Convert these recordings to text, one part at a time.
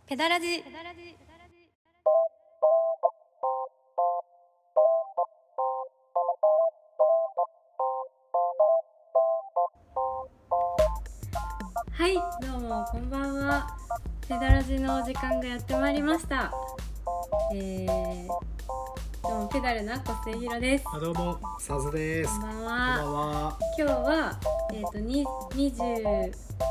ペダラジ。はい、どうもこんばんは。ペダラジのお時間がやってまいりました。どうもペダルな小末ひろです。 どうもサズです。 こんばんこんばんは。 は。 今日は28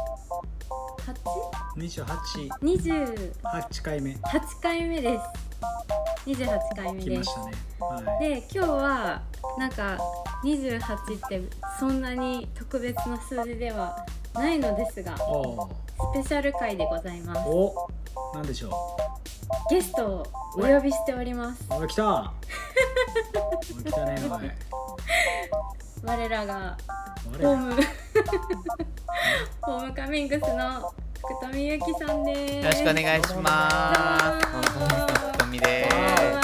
28回目回目です。28回目です。 来ましたね。はで、今日はなんか28ってそんなに特別な数字ではないのですが、 い。おスペシャル回でございます。 お、なんでしょゲストをお呼びしております。 う。おい来た。おい来たねおい。 我らがあれホームホームカミングスの福富ゆきさんです。 よろしくお願いします。 どうも福富でこんばんは。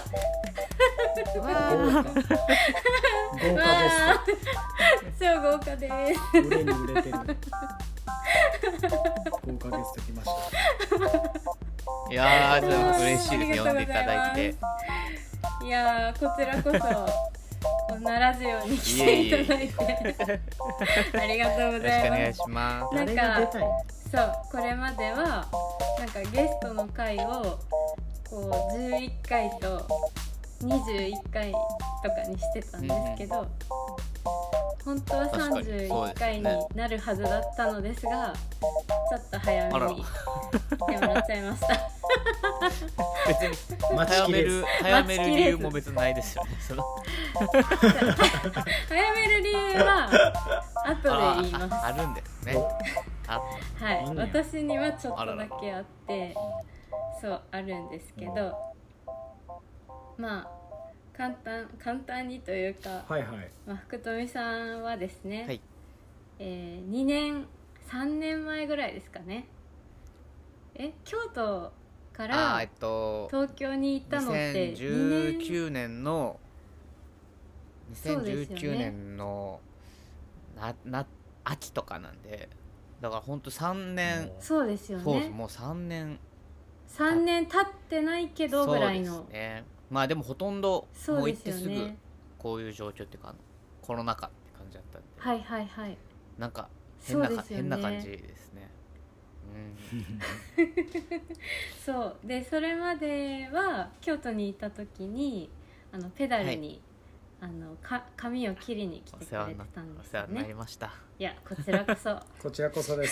豪華ゲ超豪華です。 スト。売れに売れてる。豪華ゲスト来ました。 いやー、ちょっと嬉しいです。呼んでいただいて。 いやー、こちらこそこんなラジオに来ていただいてありがとうごよろしくざいます。 お願いします。 なんか誰が出たいの？ そう、これまではなんかゲストの回をこう11回と21回とかにしてたんですけど、本当は確かにそう 31回にですねなるはずだったのですが、ちょっと早めに来てもらっちゃいました。 別に待ちきれず。 早める理由も別にないですよね。 早める理由は後で言います。 あるんですね。あ、 はいあんね、や私にはちょっとだけあって、そうあるんですけど、まあ簡単にというか、 はいはい。 まあ、福富さんはですね、 はい。 2年3年前ぐらいですかね。京都から東京に行ったのって2年 2019年のそうですよね 2019年の秋とかなんで、だからほんと3年、 そうですよね。 そうです、もう3年 3年経ってないけどぐらいの。 そうですね。まあでもほとんどそうもうですよ行ってすぐね。 こういう状況っていうかコロナ禍って感じだったんで、 はいはいはい。 なんかそうですよね。 変な感じですね。 そうで、それまでは京都にいた時にペダルに、髪を切りに来てくれてたんですよお世話になりね。 ました。 いや、こちらこそこちらこそです。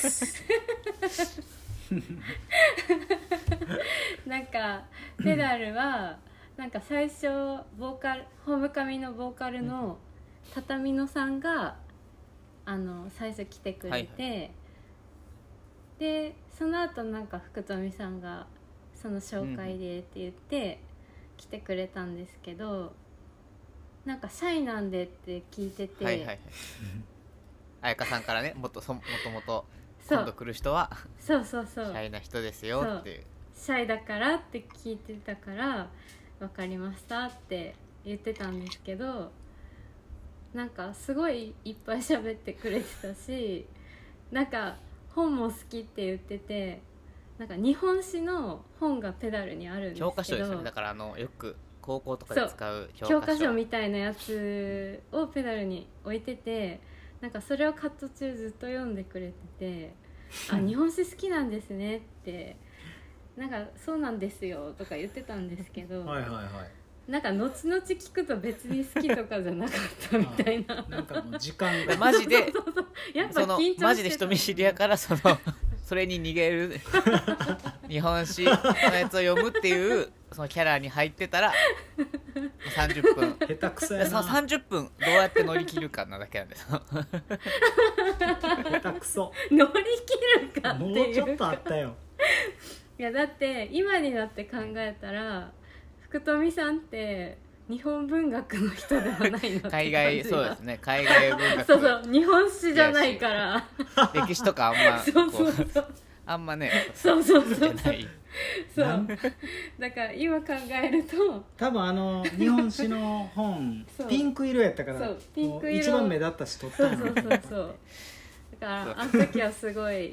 なんかペダルはなんか最初ホームカミのボーカルの畳野さんが最初来てくれて、 はいはでその後なんか福富さんがその紹介でって言って来てくれたんですけど、なんかシャイなんでって聞いてて、 はいはいはい。彩香さんからね、もともとそう今度来る人はそうそうそう、 シャイな人ですよっていう。 シャイだからって聞いてたから分かりましたって言ってたんですけど、なんかすごいいっぱい喋ってくれてたし、なんか本も好きって言ってて、なんか日本史の本がペダルにあるんですけど、 教科書ですよね。だからよく高校とかで使う教教科書科書みたいなやつをペダルに置いてて、なんかそれをカット中ずっと読んでくれててあ、日本史好きなんですねってなんかそうなんですよとか言ってたんですけど、 はいはいはい。 なんか後々聞くと別に好きとかじゃなかったみたいななんかもう時間がマジでやっぱ緊張してたマジで人見知りやからそれに逃げる日本史のやつを読むっていうそのキャラに入ってたら30分下手くそやそのな。 30分どうやって乗り切るかなだけなんです。 下手くそ。 乗り切るかってもいううちょっとあったよ。 いやだって今になって考えたら福富さんって日本文学の人ではないのって感じが海外そうですね、海外文学そうそう、日本史じゃないから歴史とかあんまそうそうこそうあんまねそうそうそうそうじゃない。 そうだから今考えると多分日本史の本そうピンク色やったから、 そうピンク色もう一番目立ったし撮ったんやそうそうそうそうだからあの時はすごい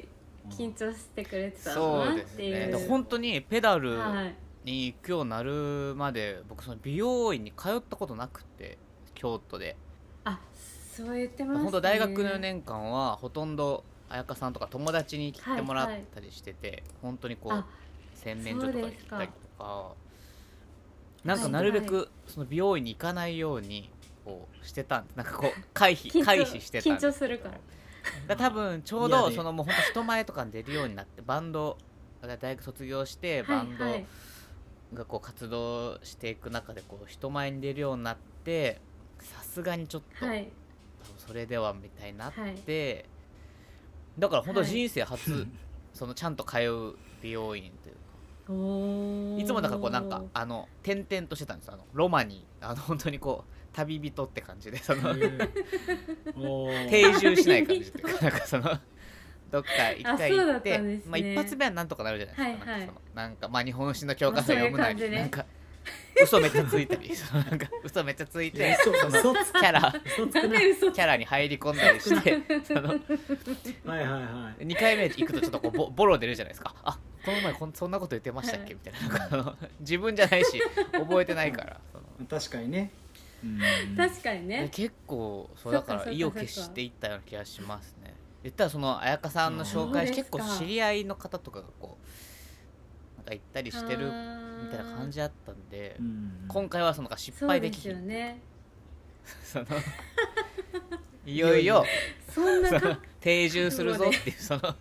緊張してくれてたそうなっですね。 ていう。 だから本当にペダルはいに行くようになるまで僕その美容院に通ったことなくて、京都であ、そう言ってましたね。 本当大学の4年間はほとんど彩香さんとか友達に来てもらったりしてて、本当にこうあ、 洗面所とか行ったりとか、なんかはいなるべくその美容院に行かないようにこうしてたんです。なんかこう回避してたん緊です。 張するから。 だから多分ちょう嫌でどそのもう本当人前とかに出るようになってバンド大学卒業してバンドはいはいがこう活動していく中でこう人前に出るようになって、さすがにちょっとはいそれではみたいになっはいて、だから本当はい人生初そのちゃんと通う美容院というか、 おーいつもだからこうなんか転々としてたんですよ。ロマに本当にこう旅人って感じでその定住しない感じっていうか、なんかそのどっか一回あそうだ行って、 ったんですねまあ一発目はなんとかなるじゃないですか。 はいはいなんかそのなんかまあ日本史の教科書読むなり、 まあそういう感じねなんか嘘めっちゃついたり、そのなんか嘘めっちゃついて嘘その嘘つキャラ嘘つくななんで嘘キャラに入り込んだりしてそのはいはいはい 2回目行くとちょっとこうボロ出るじゃないですか。あ、この前そんなこと言ってましたっけみたいな、なんか自分じゃないし覚えてないからその確かにね確かにでね。 結構そうそっかだから意を決していったような気がしますね。言ったらその彩香さんの紹介しそうですか結構知り合いの方とかがこうなんか行ったりしてるみたいな感じだったんで、今回はその失敗できひん、 そうですよね。 そのいよいよそんなその定住するぞっていうそのそう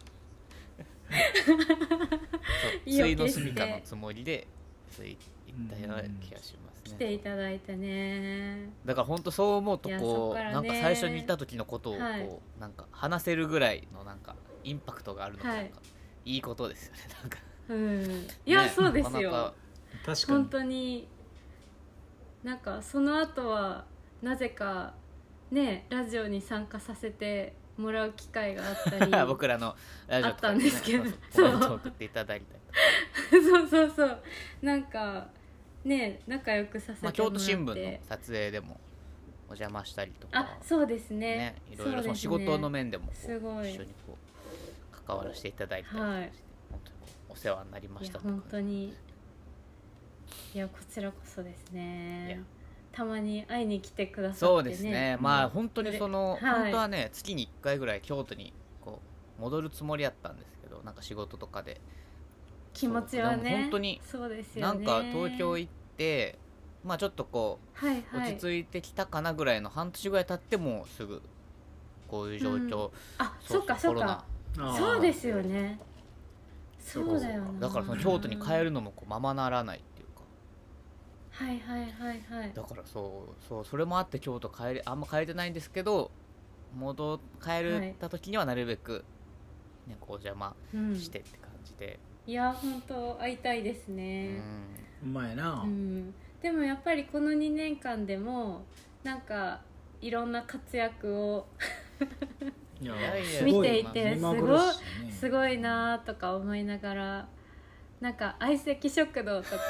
意をついの決して住みかのつもりでそういったような気がします来ね。 ていただいてね。 だから本当そう思うといやこう、 そっからねなんか最初に見た時のことをこう、 はいなんか話せるぐらいのなんかインパクトがあるのがはいなんかいいことですよね。なんかうん。いや、 ねそうですなかなかよ。本確かに当になんかその後はなぜかねラジオに参加させてもらう機会があったり僕らのラジオとかにねあったんですけどそうコメントを送っていただいたりとか、 そうそうそう、なんかね仲良くさせてもまあ、 らって、 京都新聞の撮影でもお邪魔したりとかあ、そうですねね、いろいろその仕そうですね事の面でもこうすごい一緒にこう関わらせていただいたりとかして、 はい本当にこうお世話になりまいやしたとか本当にいやこちらこそですいやね。たまに会いに来てくださってね。 そうですね、まあ本当にその、 はい本当はね月に1回ぐらい京都にこう戻るつもりやったんですけど、なんか仕事とかで気持ちはそうでねも本当にそうですよね。 なんか東京行ってまあちょっとこはいはいう落ち着いてきたかなぐらいの半年ぐらい経ってもすぐこういう状況、 あ、そうかそうコロナかそうですよね。 そそうだよな。 だからその京都に帰るのもこうままならないっていうか、 はいはいはいはい。 だからそうそれもあって京都あんま帰れてないんですけど、帰るた時にはなるべく、ね、こう邪魔うんしてって感じで、 いや本当会いたいですね。 うまいなうん。でもやっぱりこの2年間でもなんかいろんな活躍をいやいやいや見ていて目まぐるしいねすごいなとか思いながら、なんか相席食堂とか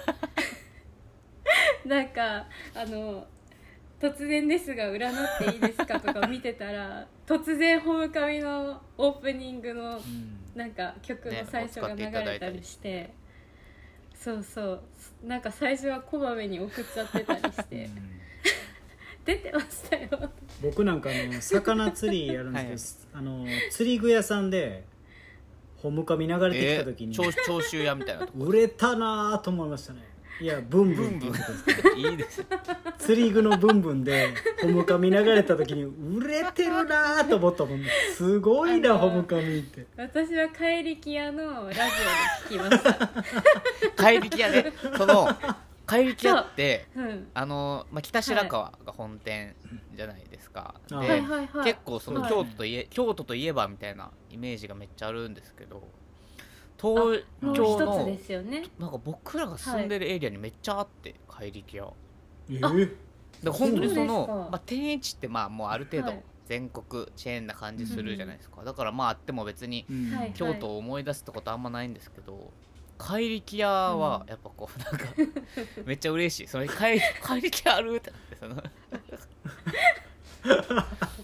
なんか突然ですが占っていいですかとか見てたら突然ホームカミのオープニングのうんなんか曲のね最初が流れたりして、そうそう、なんか最初はこまめに送っちゃってたりしてうん出てましたよ。 僕なんか魚釣りやるんですけど釣り具屋さんでホームカミ流れてきた時に、 徴収屋みたいなとこ売れたなぁと思いましたね。いやブンブンっていうことですねいいです釣り具のブンブンでホムカミ流れた時に売れてるなと思ったもん。すごいなホムカミって。 私は怪力屋のラジオで聞きました怪力屋でその怪力屋ってうんまあ、北白川が本店じゃないですか、で、 あはいはいはい、 結構そのはい京都といえばみたいなイメージがめっちゃあるんですけど、東もう京一つのですよね。 なんか僕らが住んでるエリアにめっちゃあって怪力屋えあだから本当にそそうですのか、 まあ、天一ってまあもうある程度はい全国チェーンな感じするじゃないですか、だからまああっても別にうんはい京都を思い出すってことあんまないんですけど、怪力屋はやっぱこうなんかめっちゃ嬉しい、その怪力屋あるってなって、その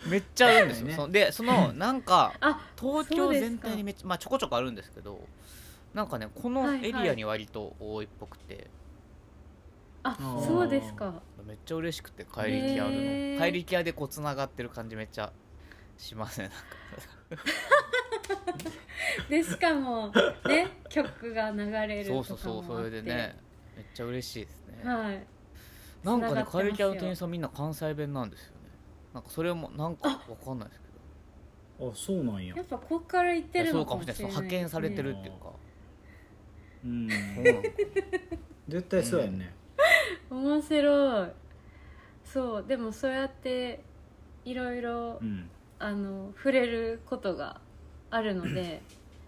めっちゃあるんですよ、 ねそのなんかあ、 東京全体にめっちゃ、まあちょこちょこあるんですけど、なんかねこのエリアに割と多いっぽくて、 あ、 ーそうですか。 めっちゃ嬉しくて、怪力あるへーの怪力屋でこうつながってる感じめっちゃしますね。なんかでしかもね曲が流れるとかもあって、 そうそれでねめっちゃ嬉しいですね。 はいなんかね繋がってますよ怪力屋の店員さんみんな関西弁なんですよね。なんかそれもなんかわかんないですけど、 あ、そうなんややっぱここから行ってるそうかもしれない。 のかもしれない派遣されてるっていうか、 うんそうなんか絶対そうやんね、 面白い。そうでもそうやっていろいろうん触れることがあるので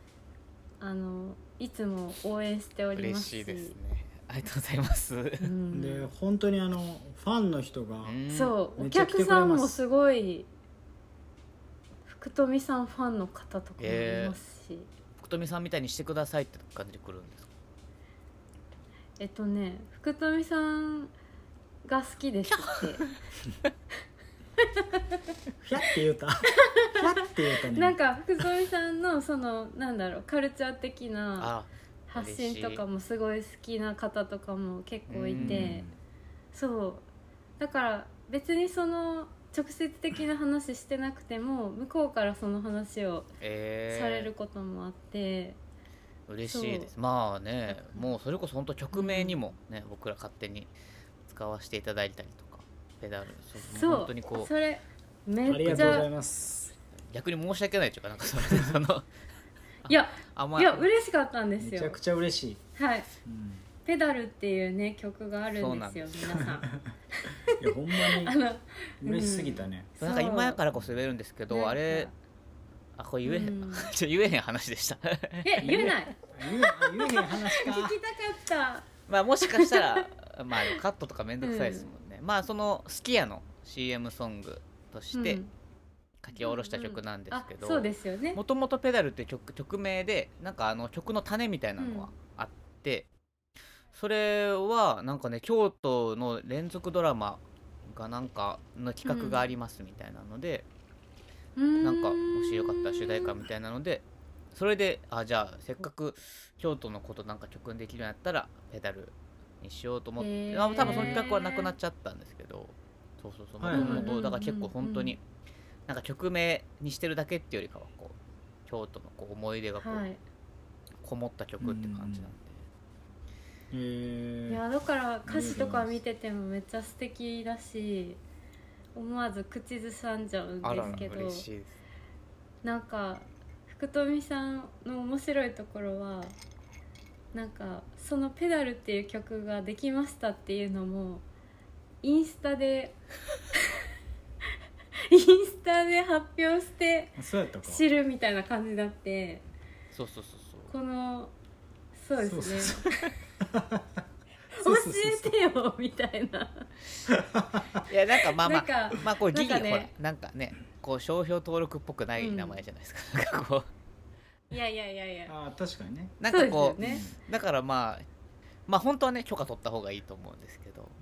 いつも応援しております嬉しいですね。ありがとうございます。 うんで本当にファンの人がそうおめっちゃ来てくれます客さんもすごい福富さんファンの方とかもいますし、 福富さんみたいにしてくださいって感じで来るんですか？ 福富さんが好きですってひゃって言うたひゃって言うたね。 なんか福富さんのなんだろうカルチャー的なあ、 発信とかもすごい好きな方とかも結構いて、そうだから別に直接的な話してなくても向こうからその話をされることもあって、 嬉しいです。まあね、もうそれこそ本当曲名にもね、僕ら勝手に使わせていただいたりとか、ペダル、 そう本当にこうそれめありっちゃがとうございます。 逆に申し訳ないっていうか、なんかいやあんま嬉しかったんですよ。 めちゃくちゃ嬉しい、 はいうんペダルっていうね曲があるそうんなんですよです皆さんいやほんまに嬉しすぎたね、 なんか今やからこそ言えるんですけど、あれこれ言えへん、言えへん話でした。 言えない言えへん話か聞きたかったまあもしかしたらまあカットとかめんどくさいですもんね、まあ好きやの CM ソングとして書き下ろした曲なんですけど、 そうですよね。 もともとペダルって曲名でなんか曲の種みたいなのがあって、それはなんかね京都の連続ドラマがなんかの企画がありますみたいなので、なんかもしよかったら主題歌みたいなので、それでじゃあせっかく京都のことなんか曲にできるようになったらペダルにしようと思って、多分その企画はなくなっちゃったんですけど、そうもとだから結構本当になんか曲名にしてるだけっていうよりかはこう京都のこう思い出がこう、こもった曲って感じなんで、 いやだから歌詞とか見ててもめっちゃ素敵だし思わず口ずさんじゃうんですけど、 嬉しいです。 なんか福富さんの面白いところはなんかその「ペダル」っていう曲ができましたっていうのもインスタでインスタで発表して知るみたいな感じだって、 そうこのそうですね教えてよみたいな。 いやなんかまあこうギリ、 なんかねほらなんかねこう商標登録っぽくない名前じゃないですか、なんかこういや確かにね、 なんかこう、 ね、 だからまあ本当はね許可取った方がいいと思うんですけど、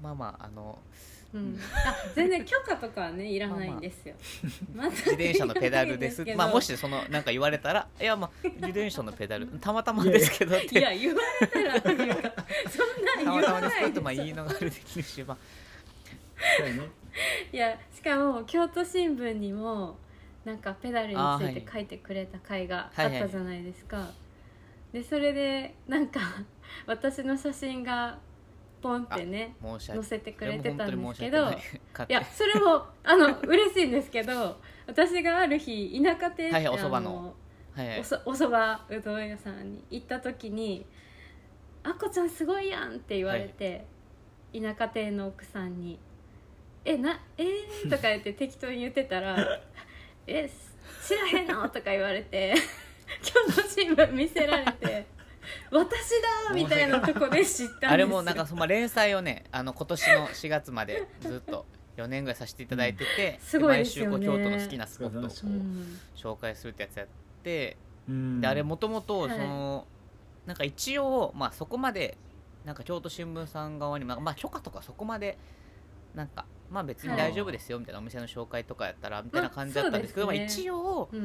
全然許可とかはねいらないんですよ。 自転車のペダルですもしなんか言われたらいや自転車のペダルたまたまですけどっていや言われたらそんなん言わないたまたまですけど言い逃れできるしいやしかも京都新聞にもなんかペダルについて書いてくれた回があったじゃないですか、でそれでなんか私の写真がポンってね載せてくれてたんですけど、いやそれも嬉しいんですけど、私がある日田舎亭っておそばのおそばうどん屋さんに行った時に「あこちゃんすごいやん」って言われて、田舎亭の奥さんに「とか言って適当に言ってたら「知らへんの?」とか言われて京都新聞見せられて私だみたいなとこで知ったんですよ。 あれもなんか連載をね今年の4月までずっと4年ぐらいさせていただいてて、 すごいですよね、 毎週こう京都の好きなスポットをこう紹介するってやつやって、であれもともとなんか一応そこまでなんか京都新聞さん側に許可とかそこまでなんかまあ別に大丈夫ですよみたいな、お店の紹介とかやったらみたいな感じだったんですけど、 まあそうですね一応うんうん、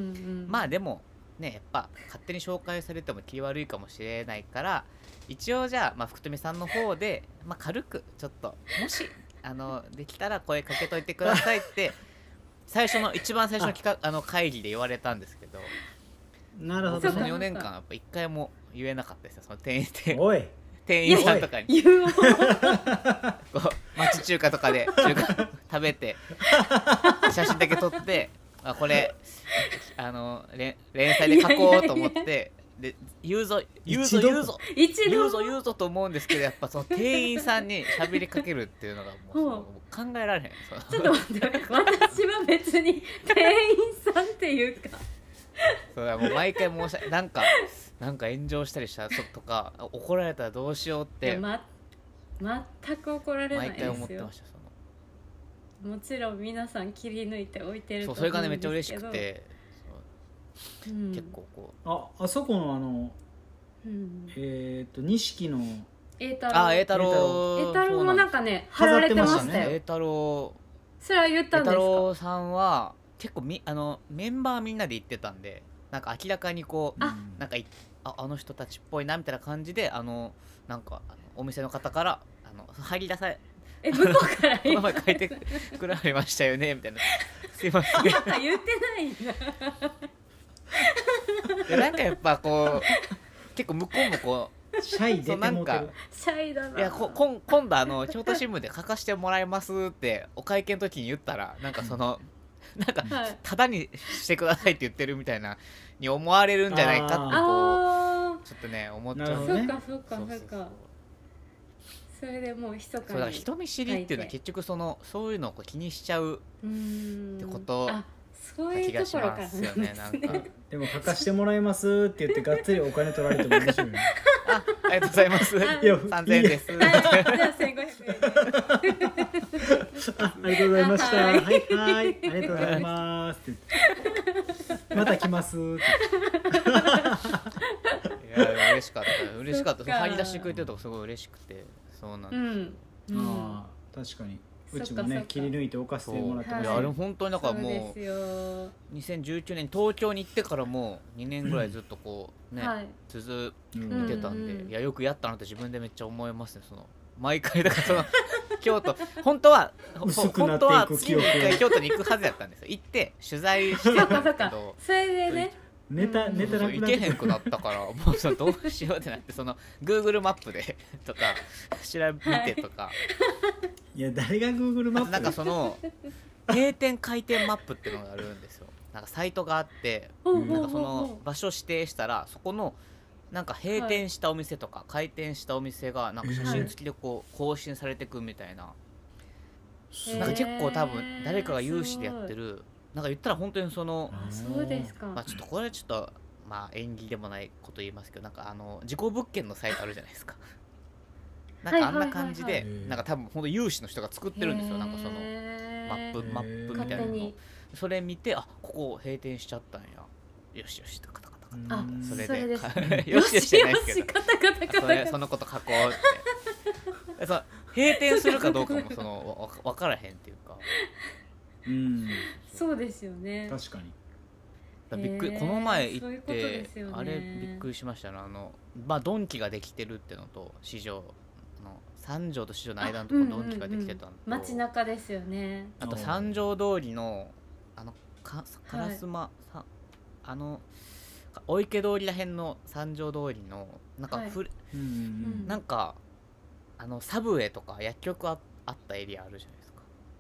まあでもね、やっぱ勝手に紹介されても気悪いかもしれないから、一応じゃあ、まあ、福富さんの方で、まあ、軽くちょっともしできたら声かけといてくださいって一番最初の会議で言われたんですけど、 なるほどそのね。 4年間やっぱ1回も言えなかったですよ、そのおい店員さんとかに言うこう町中華とかで中華食べて写真だけ撮って、これ連載で書こうと思ってで言うぞ一度と思うんですけど、やっぱその店員さんに喋りかけるっていうのがもう考えられへん。 ちょっと待って私は別に店員さんっていうかそうだ、もう毎回申し訳なんか炎上したりしたとか怒られたらどうしようって全く怒られない毎回思ってですよ。 ました。 もちろん皆さん切り抜いておいてるとそれがねめっちゃ思うんですけど、 嬉しくて、 うん結構こうあそこのうん錦の栄太郎栄太郎もなんかね貼られてましたよ。 栄太郎それは言ったんですか。 栄太郎さんは結構メンバーみんなで行ってたんで、なんか明らかにこうあなんかあの人たちっぽいなみたいな感じで、なんかお店の方から入り出され向こうからこの前書いてくられましたよねみたいなすいません言ってないんだでなんかやっぱこう結構向こうもこシャイ出てもうてる。 シャイだな。 ういや今度京都新聞で書かせてもらいますってお会見の時に言ったら、なんかなんかはいただにしてくださいって言ってるみたいなに思われるんじゃないかってこあうちょっとね思っちゃう。 なるほどねそうかそれでもう密かにそうだから人見知りっていうのは結局そういうのをこう気にしちゃうってことあそうな気がしいうところからますよね。なんかでも書かしてもらいますって言ってがっつりお金取られても面白いね。 ありがとうございます。 いや 3000円です。 じゃあ1500円ありがとうございました。 ははいいはい、ありがとうございますって言ってまた来ますっていや嬉しかった。 そっか入り出してくれてるとこすごい嬉しくて、そうなんです。 うん言って。ああ確かにうちもねそっかそっか切り抜いて置かせてもらってそうますはいいやあれ本当にだからそうもですよう2019年東京に行ってからも2年ぐらいずっとこうね、 はい続うんいてたんで、 うんうんいやよくやったなって自分でめっちゃ思いますね。毎回だから京都本当は薄くなっていく本当は月記憶に1回京都に行くはずやったんですよ。行って取材してたんですけどそれでねネタうんなくな行ってけへんくなったからもうどうしようってなって Google マップでとか調べてとか、 いや誰が Google マップなんか閉店開店マップっていうのがあるんですよ。なんかサイトがあって、 うんなんかその場所指定したらそこのなんか閉店したお店とか開店したお店がなんか写真付きでこう更新されてくみたいな、なんか結構多分誰かが有志でやってる、なんか言ったら本当にあそうですか、 まあちょっとこれはちょっとまあ縁起でもないこと言いますけど、なんか事故物件のサイトあるじゃないですか。なんかあんな感じではいはいはいはいなんか多分本当有志の人が作ってるんですよ。なんかマップみたいなの勝手にそれ見て、ここ閉店しちゃったんや、よしよしとカタカタカタ、 あうんそれそれですでよしよしじゃないですけど、 カタカタカタカそのこと書こうって閉店するかどうかも分からへんっていうか、 うんそうですよね。 確かにびっくり。 へーこの前行っそういうことでてすよねあれびっくりしましたね。まあドンキができてるっていうのと市場三条と市場の間のところドンキができてたのと、 街中ですよね。 あと三条通りの烏丸さお池通りらへんの三条通りのなんかはいうんなんかサブウェイとか薬局あったエリアあるじゃないですか。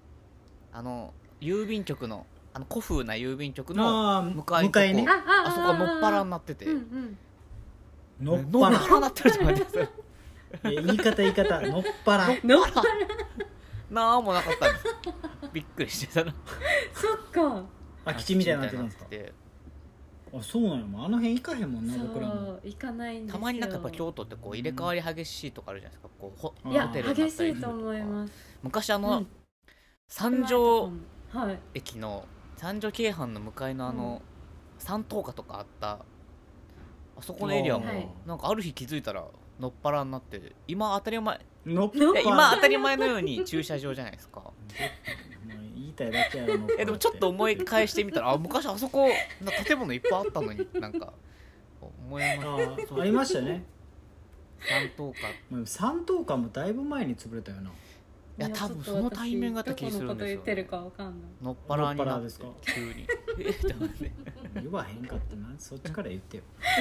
郵便局の古風な郵便局のあ向かいのとこ向かいねあそこがのっぱらになってて、 うんうん、 のっぱらになってるじゃないですか。 いや言い方のっぱらのっぱらなんもなかったんですびっくりしてたな。 そっか。 空き地みたいになってるんですか。 空き地みたいになってあそうなの。もうあの辺行かへんもんなそ僕らも。 う行かないんですよ。 たまになんかやっぱ京都ってこう入れ替わり激しいとかあるじゃないですか。こうあいやホテルになったり激しするとかいと思います。 昔うん三条はい。 駅の三条京阪の向かいの三等価とかあったあそこのエリアもはいなんかある日気づいたらのっぱらになって今当たり前のっぱいや今当たり前のように駐車場じゃないですか。 言いたいだけやろのっぱらってでもちょっと思い返してみたら昔あそこ建物いっぱいあったのになんか思いますありましたね。 三等か三等間もだいぶ前に潰れたよな。 いや多分そのタイミングだった気するんですよ、 どこのこと言ってるかわかんない。 のっぱらになってのっぱらですか急にって思って言わへんかったな。そっちから言ってよ。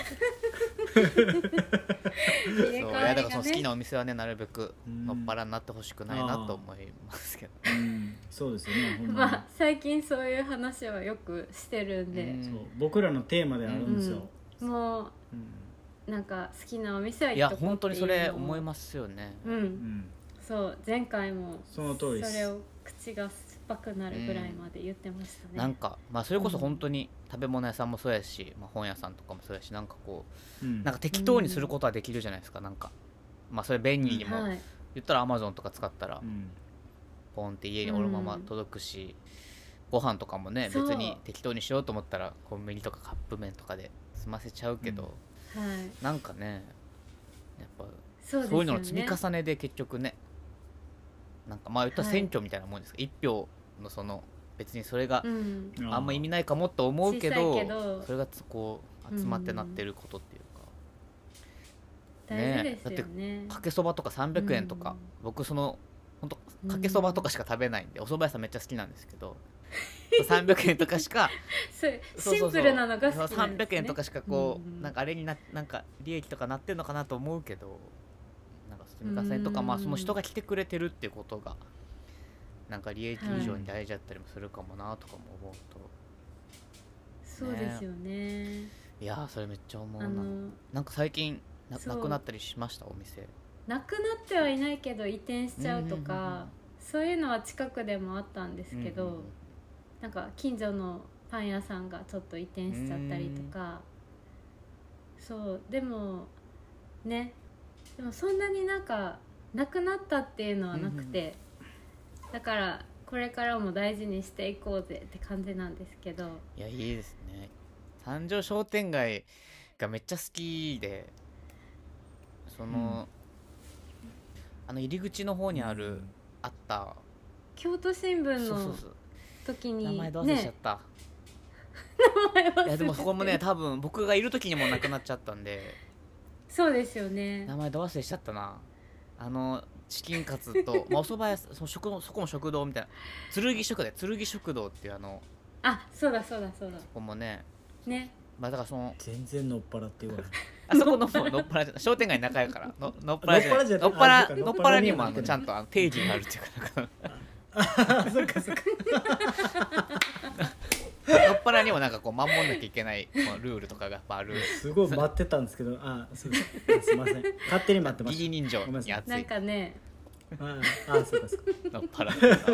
そうい入れ替わりがやだからその好きね。 なお店はねなるべくうんのっぱらになってほしくないなと思いますけど、 うんそうですよね。ほんまにまあ最近そういう話はよくしてるんで、 うんそう僕らのテーマであるんですよ。 もうんうなんか好きなお店はいや行っとこう本当にそれ思いす。 ますよね。 うん、そう前回もその通りです。 それを口が酸っぱくなるぐらいまで言ってましたね。 なんかまあそれこそ本当に食べ物屋さんもそうやし、まあ、本屋さんとかもそうやしなんかこうんうなんか適当にすることはできるじゃないですか。なんかまあそれ便利にも、 はい、 言ったら Amazon とか使ったらうんポンって家におるまま届くし、ご飯とかもねそう別に適当にしようと思ったらコンビニとかカップ麺とかで済ませちゃうけど、 はい、 なんかねやっぱそうですよね。 そういうのの積み重ねで結局ねなんかまあ言ったら選挙みたいなもんですけど、一票のその別にそれがうん、 あんま意味ないかもと思うけど、 小さいけどそれがこう集まってなってることっていうか、 大事ですよね。 かけそばとか300円とか、 うん僕その本当かけそばとかしか食べないんで、お蕎麦屋さんめっちゃ好きなんですけど300円とかしかそうシンプルなのが好きなんです、ね、 300円とかしかこう、 うんなんかあれになんか利益とかなってんのかなと思うけど、なんか積み重ねとか、まあその人が来てくれてるっていうことがなんか利益以上に大事だったりもするかもなとかも思うと、 そうですよね。 いやーそれめっちゃ思うな。 あのなんか最近なそうくなったりしましたお店。 なくなってはいないけど移転しちゃうとか、 うんうんうんうんそういうのは近くでもあったんですけど、 うんうんうんなんか近所のパン屋さんがちょっと移転しちゃったりとか、そうでもね、でもそんなになんかなくなったっていうのはなくて、だからこれからも大事にしていこうぜって感じなんですけど。 いやいいですね。三条商店街がめっちゃ好きで、その、あの入り口の方にある、あった京都新聞のそうそうそう時に名前どう忘れちゃっね、 た、 名前忘れてるいやでもそこもね多分僕がいる時にもなくなっちゃったんでそうですよね。 名前ど忘れしちゃったな。あのチキンカツと、まあ、お蕎麦屋さんそこも食堂みたいな剣食堂っていうあ、そうだそうだそうだそこもね、 ね。 まあだからその全然のっぱらって言われる。 あそこのもうのっぱらじゃない商店街仲やからのっぱらじゃないのっぱらじゃないのっぱらあそうかのっぱらにものっぱらにはちゃんと定義があるっていうかなんかあそっかそっか。 のっぱらにもなんかこう守んなきゃいけないこうルールとかがやっぱある。 すごい待ってたんですけど、すいません。勝手に待ってまし義理人情ごめんなさいなんに熱いかね、 た。そうかそうか。 のっぱら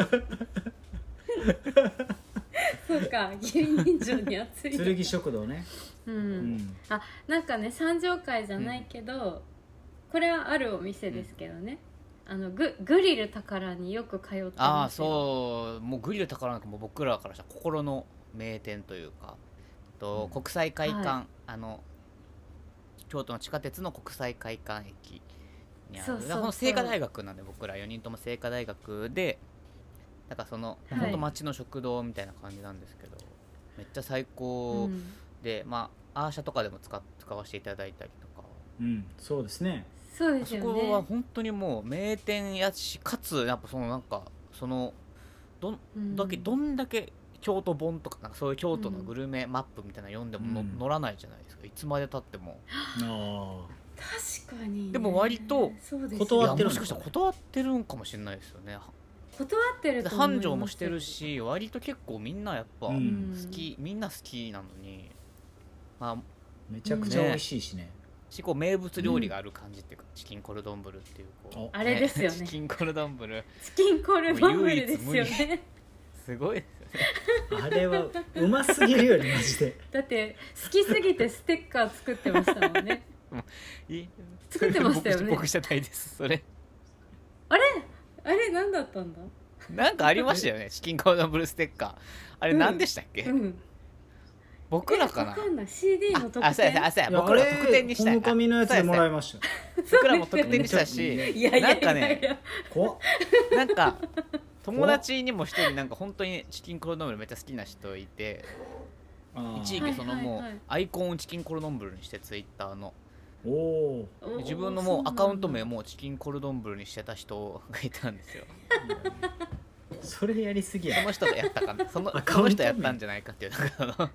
そうか、義理人情に熱い。 剣食堂ね。 う。 うんん。 あ、なんかね、三条会じゃないけど、これはあるお店ですけどね、グリル宝によく通ってますよ。 ああそうもうグリル宝なんかもう僕らからしたら心の名店というか国際会館、 は京都の地下鉄の国際会館駅にあるそうそうそうだからこの清華大学なんで僕ら4人とも清華大学でだからその、 はいほんと町の食堂みたいな感じなんですけどめっちゃ最高うんで、まあアーシャとかでも使わせていただいたりとかうん。そうですね。 そうであそすよね。 こは本当にもう名店やしかつやっぱそのなんかそのどんだけ京都本とかなんかそういう京都のグルメマップみたいなの読んでも載らないじゃないですか、いつまでたっても。 あ確かにね。 でも割とそうですよ断ってるいやもしかしたら断ってるんかもしれないですよね。 断ってると思います繁盛もしてるし割と結構みんなやっぱ好うんき、みんな好きなのにまあめちゃくちゃ美味しいしね。 こう名物料理がある感じっていうか、チキンコルドンブルっていうこうあれですよねチキンコルドンブルチキンコルドンブルですよね。 すごいですよね。 あれはうますぎるよねマジで。 だって好きすぎてステッカー作ってましたもんね。作ってましたよね僕じゃないですそれ。 あれ何だったんだ。 なんかありましたよねチキンコルドンブルステッカーあれ何でしたっけ、 うん。 僕らかなわかんない。CD の特あそうや典。 そうやいや僕ら特典にしたいホムカミのやつでもらいましたよ。 僕らも特典したし、 いやいやいやいや、 なんかね怖っ。 なんか友達にも一人なんか本当にチキンコロドンブルめっちゃ好きな人いて、 あー一時期そのもうはいはいはいアイコンをチキンコロドンブルにしてツイッターのおおお自分のもうアカウント名もチキンコルドンブルにしてた人がいたんですよ。 それやりすぎやその人がやったかな、そのアカウント名人やったんじゃないかっていうなんか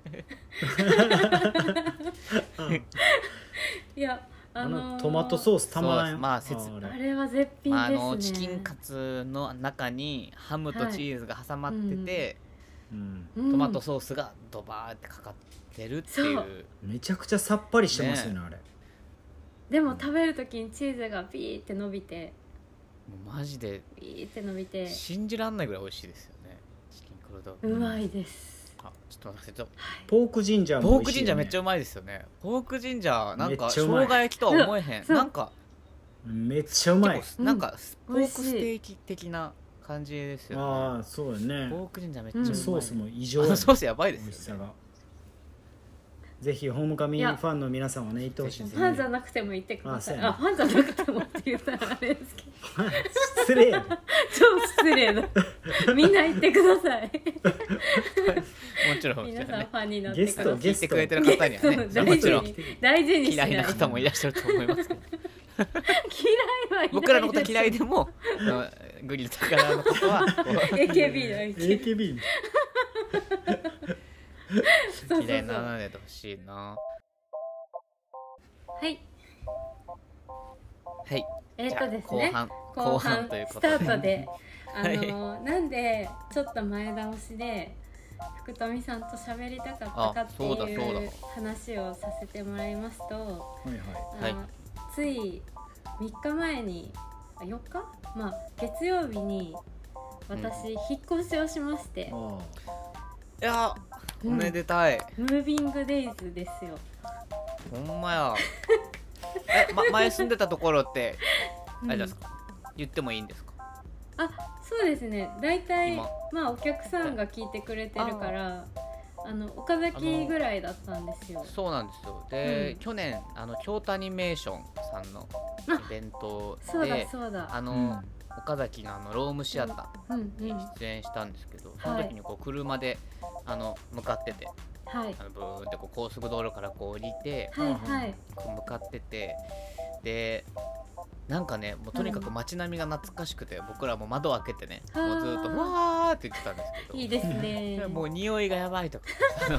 いやトマトソースたまらんよ。 そうまあ説あれあれは絶品まあですね。 チキンカツの中にハムとチーズが挟まってて、 うん、 うんトマトソースがドバーってかかってるっていう。 そうめちゃくちゃさっぱりしてますよねあれ。 でも食べるときにチーズがビーって伸びてもうマジでビーって伸びて信じらんないぐらい美味しいですよね、チキンコルドンブル。 うまいです。 あ、ちょっと待って、 ポークジンジャーもポーク美味しいよね。 ジンジャーめっちゃうまいですよね。ポークジンジャーなんか生めっちゃうまい姜焼きとは思えへん。 そうなんかめっちゃうまい。 結構なんかポーク美味しいステーキ的な感じですよね。 ああそうよね。 ポークジンジャーめっちゃうまい。 うんソースも異常あのソースやばい美味しですよね。 さが。ぜひホームカミファンの皆さんはね行ってほしいですね。 ファンじゃなくても言ってください。 あファンじゃなくてもって言ったらあれですけど失礼やで。 超失礼だ。みんな言ってください。 もちろんもちろんね。 皆さんファンになってください。 聞いてくれてる方にはね、 そうもちろん大事にしない。 嫌いな方もいらっしゃると思いますけど、 嫌いはいないです。 僕らのことは嫌いでもグリル高田のことはこう AKB の AKB。 AKB そうそうそう嫌いにならないでほしいな。 はい。 はい。 ですね。 後半後半というこスタとでートではいなんでちょっと前倒しで福富さんと喋りたかったかってあそうだそうだいう話をさせてもらいますと、 はいはい。 はいつい3日前に4日、まあ、月曜日に私、引っ越しをしまして、 あいやおめでたい、 ムービングデイズですよ。 ほんまや前住んでたところってあれですか、言ってもいいんですか？ あ、そうですね。大体今まあお客さんが聞いてくれてるから岡崎ぐらいだったんですよ。 そうなんですよ。で、 うん去年京都アニメーションさんのイベントそうだでそうだ。 岡崎のロームシアタうんうーにん。 出演したんですけど、その時にこう車で向かってて、 はいブーンってこう高速道路からこう降りて、 はいはい。 こう向かってて、でなんかねもうとにかく街並みが懐かしくて、僕らも窓を開けてね、 あーもうずっとわーって言ってたんですけど、 いいですね。 もう匂いがやばいとか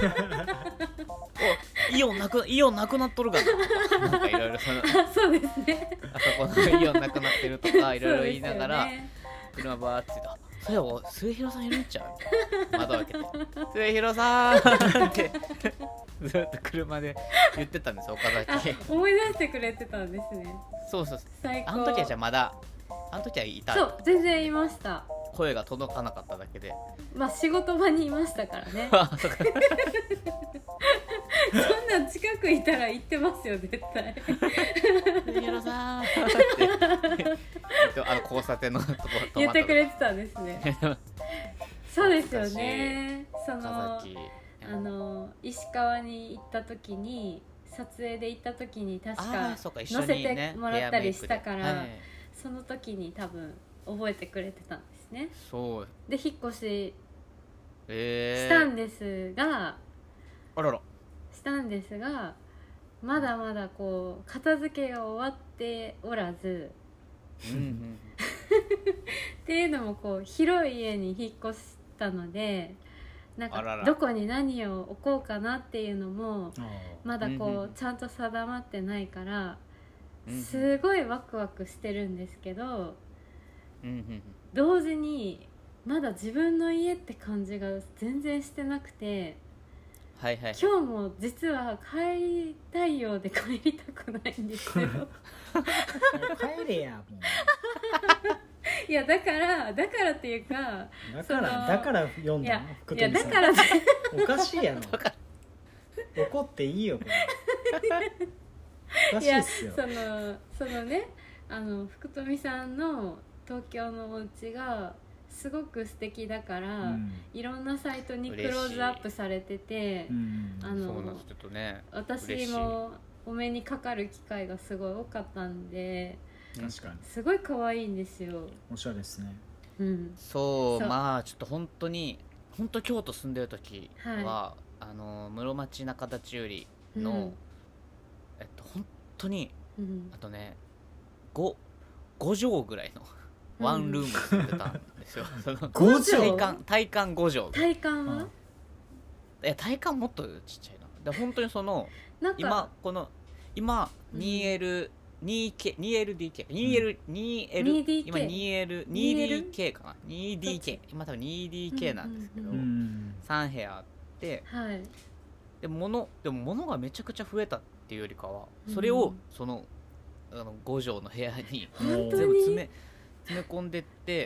おイオンなくなっとるがな、なんかいろいろそうですね。 あそこのイオンなくなってるとかいろいろ言いながら、 そうですよね。 車バーって言って「そういえば末広さんいるんちゃう?」窓開けて「末広さん!」ってずっと車で言ってたんですよ、岡あ、 崎。 思い出してくれてたんですね。 そうそう、 最高。 あの時はじゃあまだあの時はいた、 そう、全然いました。 声が届かなかっただけでまあ仕事場にいましたからね。 あそっかそんな近くいたら行ってますよ絶対。 末広さんって交差点のところ言ってくれれてたんですね。そうですよね。そ岡の崎石川に行った時に撮影で行った時に確かそうか一緒乗せにねてもらったりしたから、 ヘアメイクではいその時に多分覚えてくれてたんですね。 そうで引っ越しししたんですが、 あららまだまだこう片付けが終わっておらず、 うんうんっていうのもこう広い家に引っ越したので、なんあらからどこに何を置こうかなっていうのもあまだこうんうんうちゃんと定まってないからうんすごいワクワクしてるんですけど、 うんうん同時にまだ自分の家って感じが全然してなくて、 はいはい今日も実は帰りたいようで帰りたくないんですよ。 帰れやもいやだからっていうか、 う。 そのだから読んいやだの福いや富さん。 だからおかしいやろ。怒っていいよこれ。おかしいやいっすよ。 そのね福富さんの東京のお家がすごく素敵だから、 うんいろんなサイトにクローズアップされてて、 うんあそうなんのですちょっとね私嬉しいもお目にかかる機会がすごい多かったんで、 確かにすごい可愛いんですよ。 おしゃれですね。 そうまあちょっと本当京都住んでる時は、室町中田中里の、本当に、あとね5畳ぐらいのワンルームに住んでたんですよ。その 5畳体感5畳。 体感は、 体感もっとちっちゃいな。で本当にそのなんか今 2L2K 2LDK 2L 今 2DK かな 2DK 今多分 2DK なんですけど、3部屋あって、でも物がめちゃくちゃ増えたっていうよりかは、それをその5畳の部屋に全部詰め込んでって、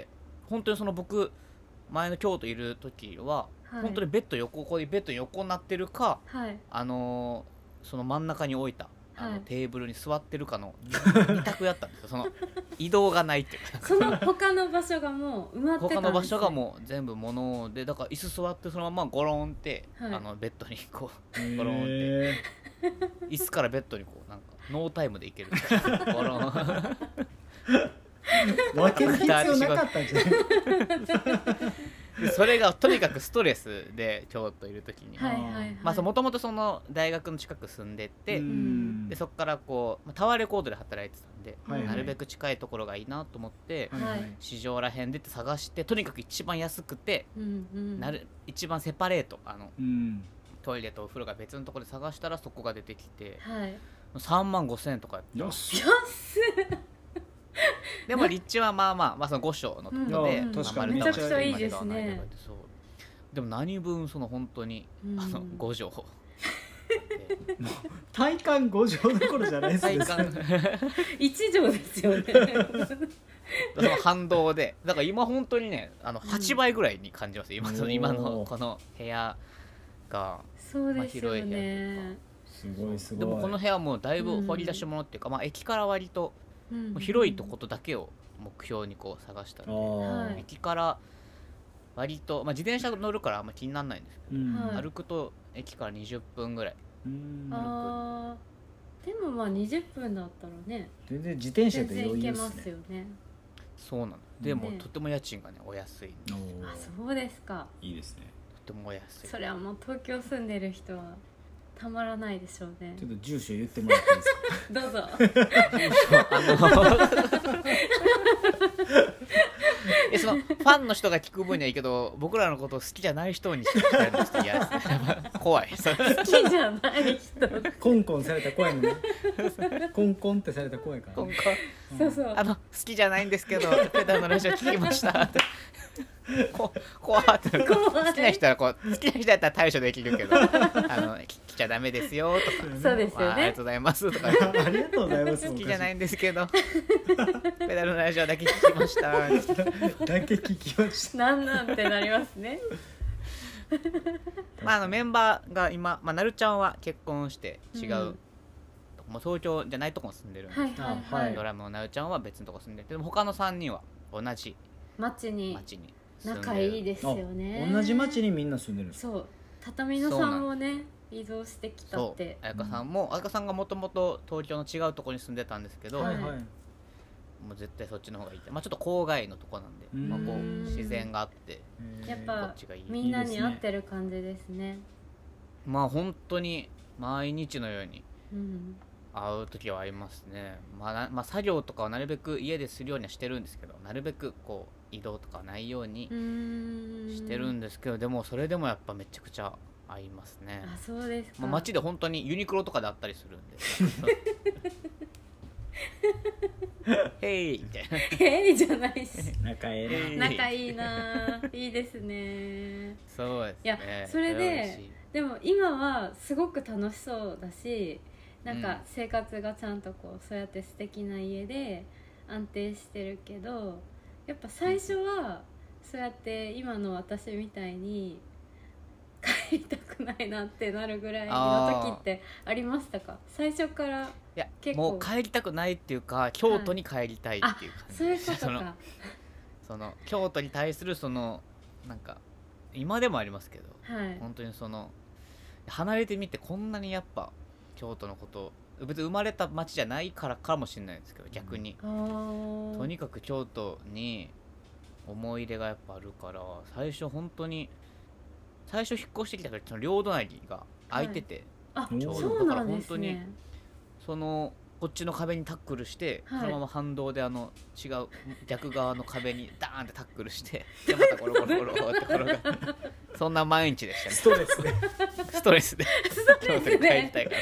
本当にその僕前の京都いる時は、本当にベッド横になってるか、その真ん中に置いたテーブルに座ってるかの2択やったんですよ。その移動がないっていうか、 その他の場所がもう埋まってたんですよ。 他の場所がもう全部物で、だから椅子座ってそのままゴロンって、ベッドにこうゴロンって椅子からベッドにこうなんかノータイムで行けるゴロン分ける必要なかったんじゃないでそれがとにかくストレスで京都いる時に、もともとその大学の近く住んでて、でそこからこうタワーレコードで働いてたんで、なるべく近いところがいいなと思って、市場らへんでって探して、とにかく一番安くて、一番セパレートトイレとお風呂が別のところで探したらそこが出てきて、3万5千円とかやって安っでも立地はまあその5床のところで、 確かにめちゃくちゃいいですね。 でも何分その本当に5畳体感5畳どころじゃないですね。 体感 1畳ですよね。 その反動で、だから今本当にね8倍ぐらいに感じます。今のこの部屋がそうですよね。 すごいすごい。 でもこの部屋もだいぶ掘り出し物っていうか、駅から割と広いとことだけを目標にこう探したので、駅から割と、自転車乗るからあんま気にならないんですけど、歩くと駅から20分ぐらい。 でも20分だったらね、 全然自転車で余裕行けますよね。 そうなの。でもとても家賃がねお安い。 そうですか。 いいですね。 とてもお安い。 それはもう東京住んでる人はたまらないでしょうね。 ちょっと住所言ってもらっていいですか。 どうぞ。 そのファンの人が聞く分にはいいけど、僕らのことを好きじゃない人に聞かれるのって嫌ですね。怖い。 好きじゃない人。 コンコンされた声のね。コンコンってされた声から。 コンコン。 そうそう。 好きじゃないんですけど、ペダルのラジオ聞きましたって。怖って好きな人は好きな人だったら対処できるけど、聞きちゃダメですよとか、 そうですよね。 ありがとうございますとか、 ありがとうございます。 好きじゃないんですけど、ペダルのラジオだけ聞きました。 だけ聞きました。 なんてなりますね。 メンバーが今、なるちゃんは結婚して違う、もう東京じゃないとこに住んでるんですけど、ドラムのなるちゃんは別のとこ住んでて、でも他の3人は同じ町に住んでる。 仲いいですよね。 同じ町にみんな住んでるんですか。 そう、畳野さんもね移動してきたって。 彩香さんがもともと東京の違うところに住んでたんですけど、もう絶対そっちの方がいいって、ちょっと郊外のとこなんで、こう自然があって、 やっぱみんなに合ってる感じですね。 本当に毎日のように会う時はありますね。作業とかはなるべく家でするようにはしてるんですけど、なるべくこう移動とかないようにしてるんですけど、でもそれでもやっぱめちゃくちゃ合いますね。 あ、そうですか。 街で本当にユニクロとかであったりするんでヘイみたいな。 ヘイじゃないし。 仲いいな。仲いいな。いいですね。 そうですね。 いや、それででも今はすごく楽しそうだし、なんか生活がちゃんとこうそうやって素敵な家で安定してるけど、やっぱ最初はそうやって今の私みたいに帰りたくないなってなるぐらいの時ってありましたか？最初から。 いや、もう帰りたくないっていうか、京都に帰りたいっていう感じ。 そういうことか。 その京都に対するそのなんか今でもありますけど、本当にその離れてみてこんなにやっぱ京都のこと別に生まれた町じゃないからかもしれないですけど、逆にあーとにかく京都に思い出がやっぱあるから、最初引っ越してきた時その両隣が空いてて、 あ、 ちょうどそうなんですだからね。 そのこっちの壁にタックルして、 はいそのまま反動で違う逆側の壁にダーンってタックルしてでまたゴロゴロゴロって転がるそんな毎日でしたね。 ストレスでストレスで京都に帰りたいから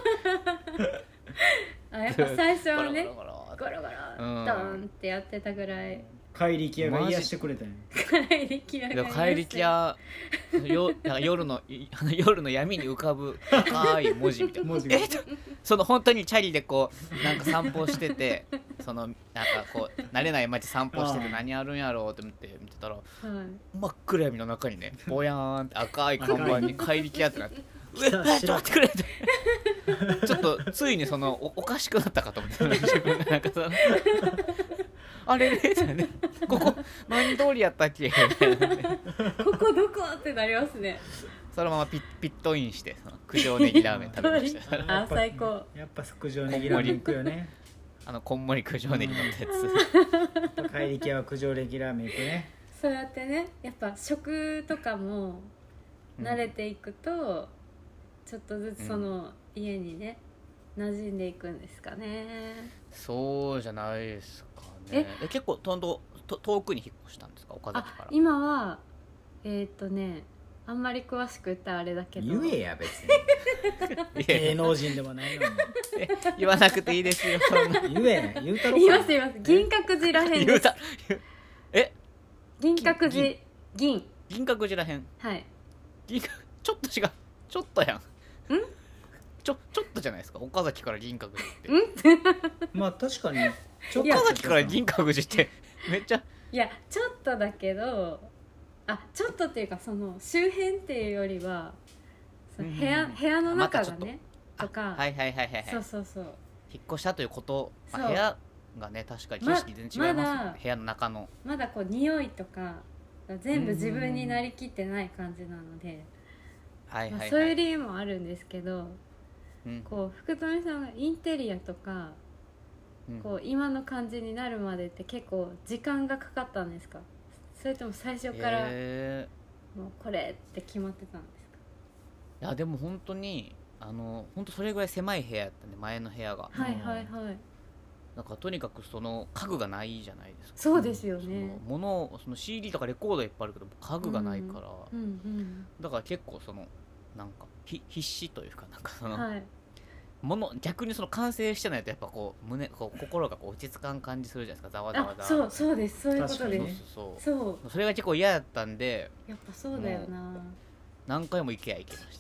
あ、やっぱ最初はねゴロゴロゴロゴロゴロドうんーンってやってたぐらい怪力屋が癒してくれたんや。 怪力屋が怪力屋なんか夜の闇に浮かぶ赤い文字みたいな文字がその本当にチャリでこうなんか散歩しててそのなんかこう慣れない街散歩してて何あるんやろうって見てたらはい真っ暗闇の中にねぼやーんって赤い看板に怪力屋ってなって来たちょっと待ってくれってちょっとついにそのおかしくなったかと思って自分がなんかそのあれねここ何通りやったっけみたいなねここどこってなりますね。 そのままピットインしてその九条ネギラーメン食べましたあ、最高。 やっぱ九条ネギラーメン行くよね。 こんもり九条ネギのやつ怪力屋は九条ネギラーメン行くね。 そうやってね、やっぱ食とかも慣れていくと、ちょっとずつその家にね馴染んでいくんですかね。 そうじゃないですかね。結構遠くに引っ越したんですか、岡崎かあら。、 今はあんまり詳しく言ったらあれだけど、 言えや別に。 いやいや芸能人でもないのに。 言わなくていいですよそんな言え言うたろ言いか。 ます言います。銀閣寺らへんです。 言うた銀閣寺銀銀閣寺らへんはいちょっと違うちょっとやんちょっとじゃないですか、岡崎から銀閣寺ってまあ確かにちょっと岡崎から銀閣寺ってめっちゃいやちょっとだけど、ちょっとっていうかその周辺っていうよりはその部屋の中がねとか、 はいはいはいはいはいそうそうそう引っ越したということ、 そう部屋がね確かに景色全然違いますよね、 まだ部屋の中のまだこう匂いとか全部自分になりきってない感じなので、 はいはいはい、 そういう理由もあるんですけど、 うんこう福富さんがインテリアとかうんこう今の感じになるまでって結構時間がかかったんですか、それとも最初からもうこれって決まってたんですか。 いやでも本当に本当それぐらい狭い部屋やったんで、前の部屋がはいはいはい、 なんかとにかくその家具がないじゃないですか。 そうですよね。 その CD とかレコードいっぱいあるけど家具がないから、 うんうんだから結構そのなんか必死というか、なんかその、 はい、 逆にその完成してないとやっぱこう心がこう落ち着かん感じするじゃないですか、ざわざわざわ。 そうです、そういうこと確かにです。 そうそうそれが結構嫌だったんでやっぱそうだよな。 何回も IKEA 行きました。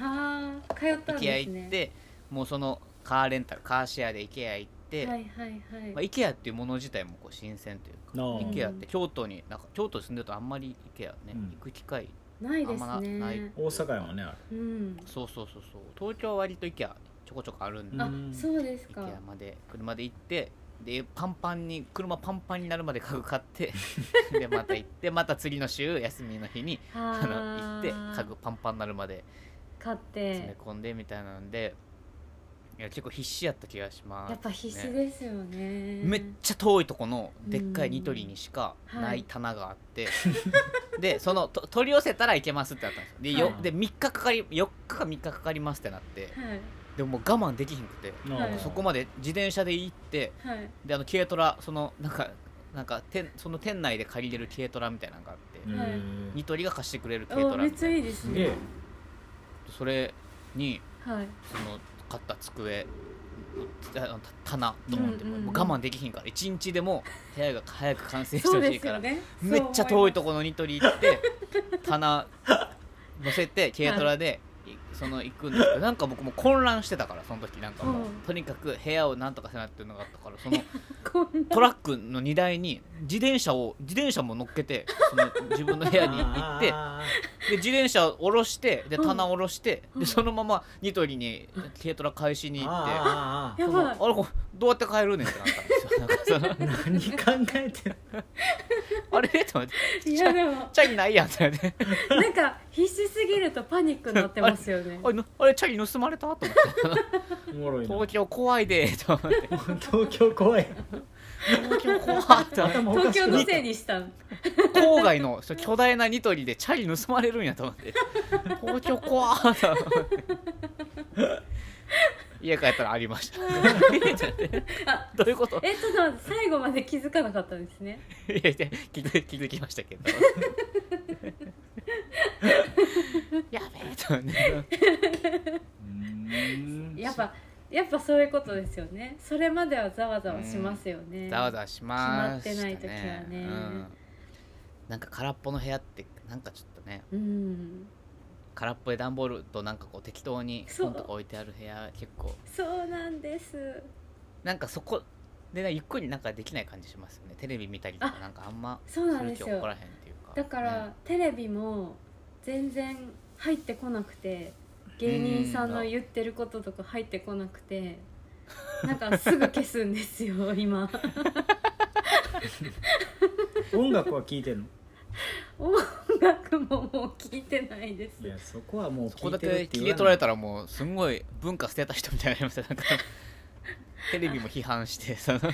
はあ、通ったん IKEA ですね。 行ってもうそのカーレンタルカーシェアで IKEA 行って、 はいはいはい。 IKEA っていうもの自体もこう新鮮というか、 なあ IKEA って京都に住んでるとあんまり IKEA ね、 うん行く機会ないですあんまないね。 大阪やもんねあれ。 うん。 そう東京は割と IKEA ちょこちょこあるんで、 あう、んそうですか。 IKEA まで車で行ってで車パンパンになるまで家具買ってでまた行ってまた次の週休みの日に行って家具パンパンになるまで買っ詰めて、 込んでみたいなので、いや結構必死やった気がします、 やっぱ必死ですよね。 めっちゃ遠いとこのでっかいニトリにしかうんない棚があって、でその取り寄せたらいけますってなったんですよ。 はいで4日か3日かかりますってなって、 はいでももう我慢できひんくて、 はいそこまで自転車で行ってはい。 で軽トラそのその店内で借りれる軽トラみたいなのがあって、 はいニトリが貸してくれる軽トラみたいな、 めっちゃいいですすげえね。 それにはい。 その買った机棚と思って、 うんうんうんもう我慢できひんから1日でも部屋が早く完成してそうほしいから、 ですよね。 めっちゃ遠いとこ。 このニトリ行って棚乗せて軽トラで、行くんですけど、なんか僕も混乱してたからその時なんかもう、 うんとにかく部屋をなんとかせなっていうのがあったから、そのこんなトラックの荷台に自転車も乗っけてその自分の部屋に行ってで自転車を下ろしてで棚を下ろして、でそのままニトリに軽トラ返しに行って、 あやばい。 あれどうやって帰るねんってなったんですよなんかその何考えてんあれと思っていやでもチャリないやんってねなんか必死すぎるとパニックになってますよねあれチャリ盗まれたと思っておもろいな東京怖いでと思って東京怖い東京怖いと思って頭おかしくなった東京のせいにしたん郊外の巨大なニトリでチャリ盗まれるんやと思って東京怖いと思って家帰ったらありましたあどういうことちょっと待って最後まで気づかなかったんですねいやいや気づきましたけどやべえと思ってやっぱそういうことですよねそれまではざわざわしますよねざわざわしましたね決まってない時はねなんか空っぽの部屋ってなんかちょっとねうん空っぽで段ボールとなんかこう適当に本とか置いてある部屋結構そうなんですなんかそこで、ね、ゆっくりなんかできない感じしますよねテレビ見たりとかなんかあんまそうなんですよする気起こらへんっていうかだから、 ねテレビも全然入ってこなくて芸人さんの言ってることとか入ってこなくてなんかすぐ消すんですよ今音楽は聴いてるの？ 音楽ももう聞いてないですいやそこはもうそこだ聴いてるっけ切りて言わない取られたらもうすんごい文化捨てた人みたいになりましたなんかテレビも批判してその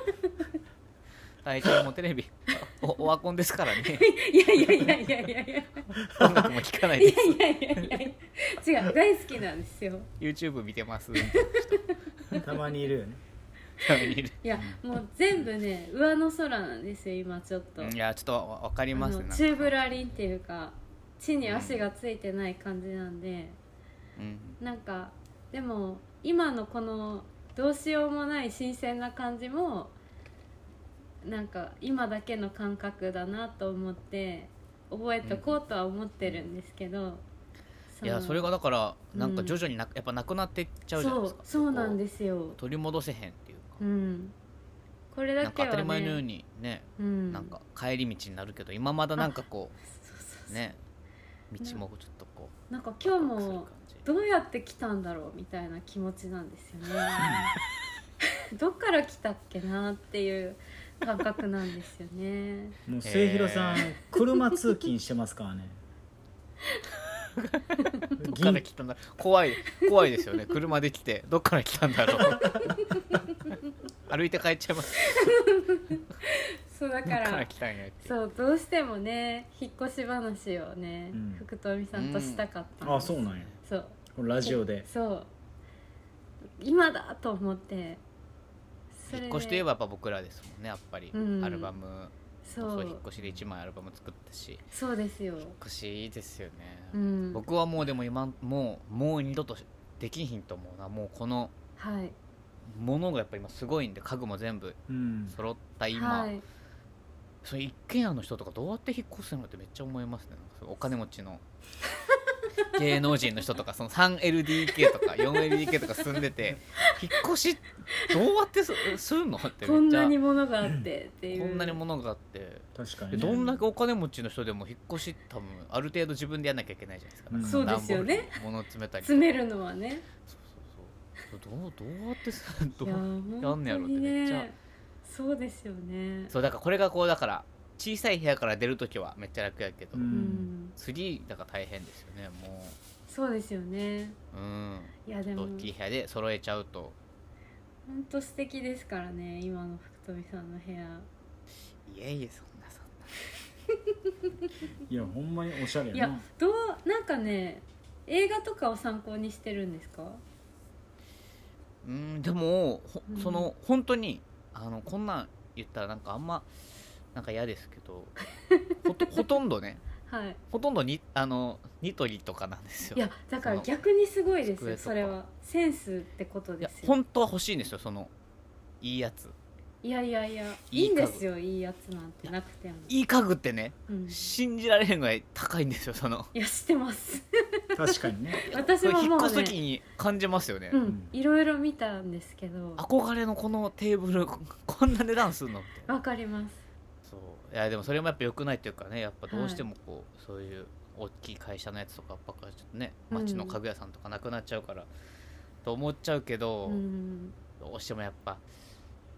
最近もうテレビオワコンですからねいやいやいやいやいやいや音楽も聴かないいですやいやいやいや違う大好きなんですよ YouTube 見てますみたいな人たまにいるよねたまにいるいやもう全部ね上の空なんですよ今ちょっといやちょっと分かりますねなんかチューブラリンっていうか地に足がついてない感じなんで、なんかでも今のこのどうしようもない新鮮な感じもなんか今だけの感覚だなと思って覚えとこうとは思ってるんですけど、 いやそれがだからなんか徐々にやっぱなくなっていっちゃうじゃないですか、 そうなんですよ、 取り戻せへんっていうか、 これだけはねなんか当たり前のようにね、なんか帰り道になるけど今まだなんかこうね道もちょっとこうなんか今日もどうやって来たんだろうみたいな気持ちなんですよねどっから来たっけなっていう感覚なんですよねもう末広さん車通勤してますからねどっから来たんだ怖いですよね車で来てどっから来たんだろう歩いて帰っちゃいますそうだかどっからら来たんやってそうどうしてもね引っ越し話をね、福富さんとしたかったんです、 あそうなんやそうラジオでそう今だと思って引っ越しといえばやっぱ僕らですもんねやっぱり、アルバムそう引っ越しで1枚アルバム作ったしそうですよ引っ越しいいですよね、僕はもうでも今もう二度とできひんと思うなもうこのものがやっぱ今すごいんで家具も全部揃った今、それ一軒家の人とかどうやって引っ越すのってめっちゃ思いますねお金持ちの芸能人の人とかその 3LDK とか 4LDK とか住んでて引っ越しどうやってするのってめっちゃこんなに物があってっていうこんなに物があって確かに、ね、 どんだけお金持ちの人でも引っ越し多分ある程度自分でやんなきゃいけないじゃないですか、 そうですよね物詰めたり詰めるのはねそうどうやってどうややんねやろってめっちゃ、 そうですよねそうだからこれがこうだから小さい部屋から出るときはめっちゃ楽やけど、3だから大変ですよねもうそうですよねいやでも大きい部屋で揃えちゃうとほんと素敵ですからね今の福富さんの部屋いえそんないやほんまにおしゃれやないやなんかね映画とかを参考にしてるんですかでもその本当にこんなん言ったらなんかあんまなんか嫌ですけどほとんどね、ほとんどニトリとかなんですよ。 いやだから逆にすごいですよそれはセンスってことですよ。 いや本当は欲しいんですよそのいいやつ。 いやいいんですよいいやつなんてなくてもいい家具ってね、信じられへんぐらい高いんですよその。 いや知ってます確かにね私ももうね引っ越す時に感じますよね、 いろいろ見たんですけど憧れのこのテーブルこんな値段するのってわかります。 そういやでもそれもやっぱ良くないっていうかねやっぱどうしてもこう、そういう大きい会社のやつとかばっかりちょっとね町の家具屋さんとかなくなっちゃうから、と思っちゃうけど、どうしてもやっぱ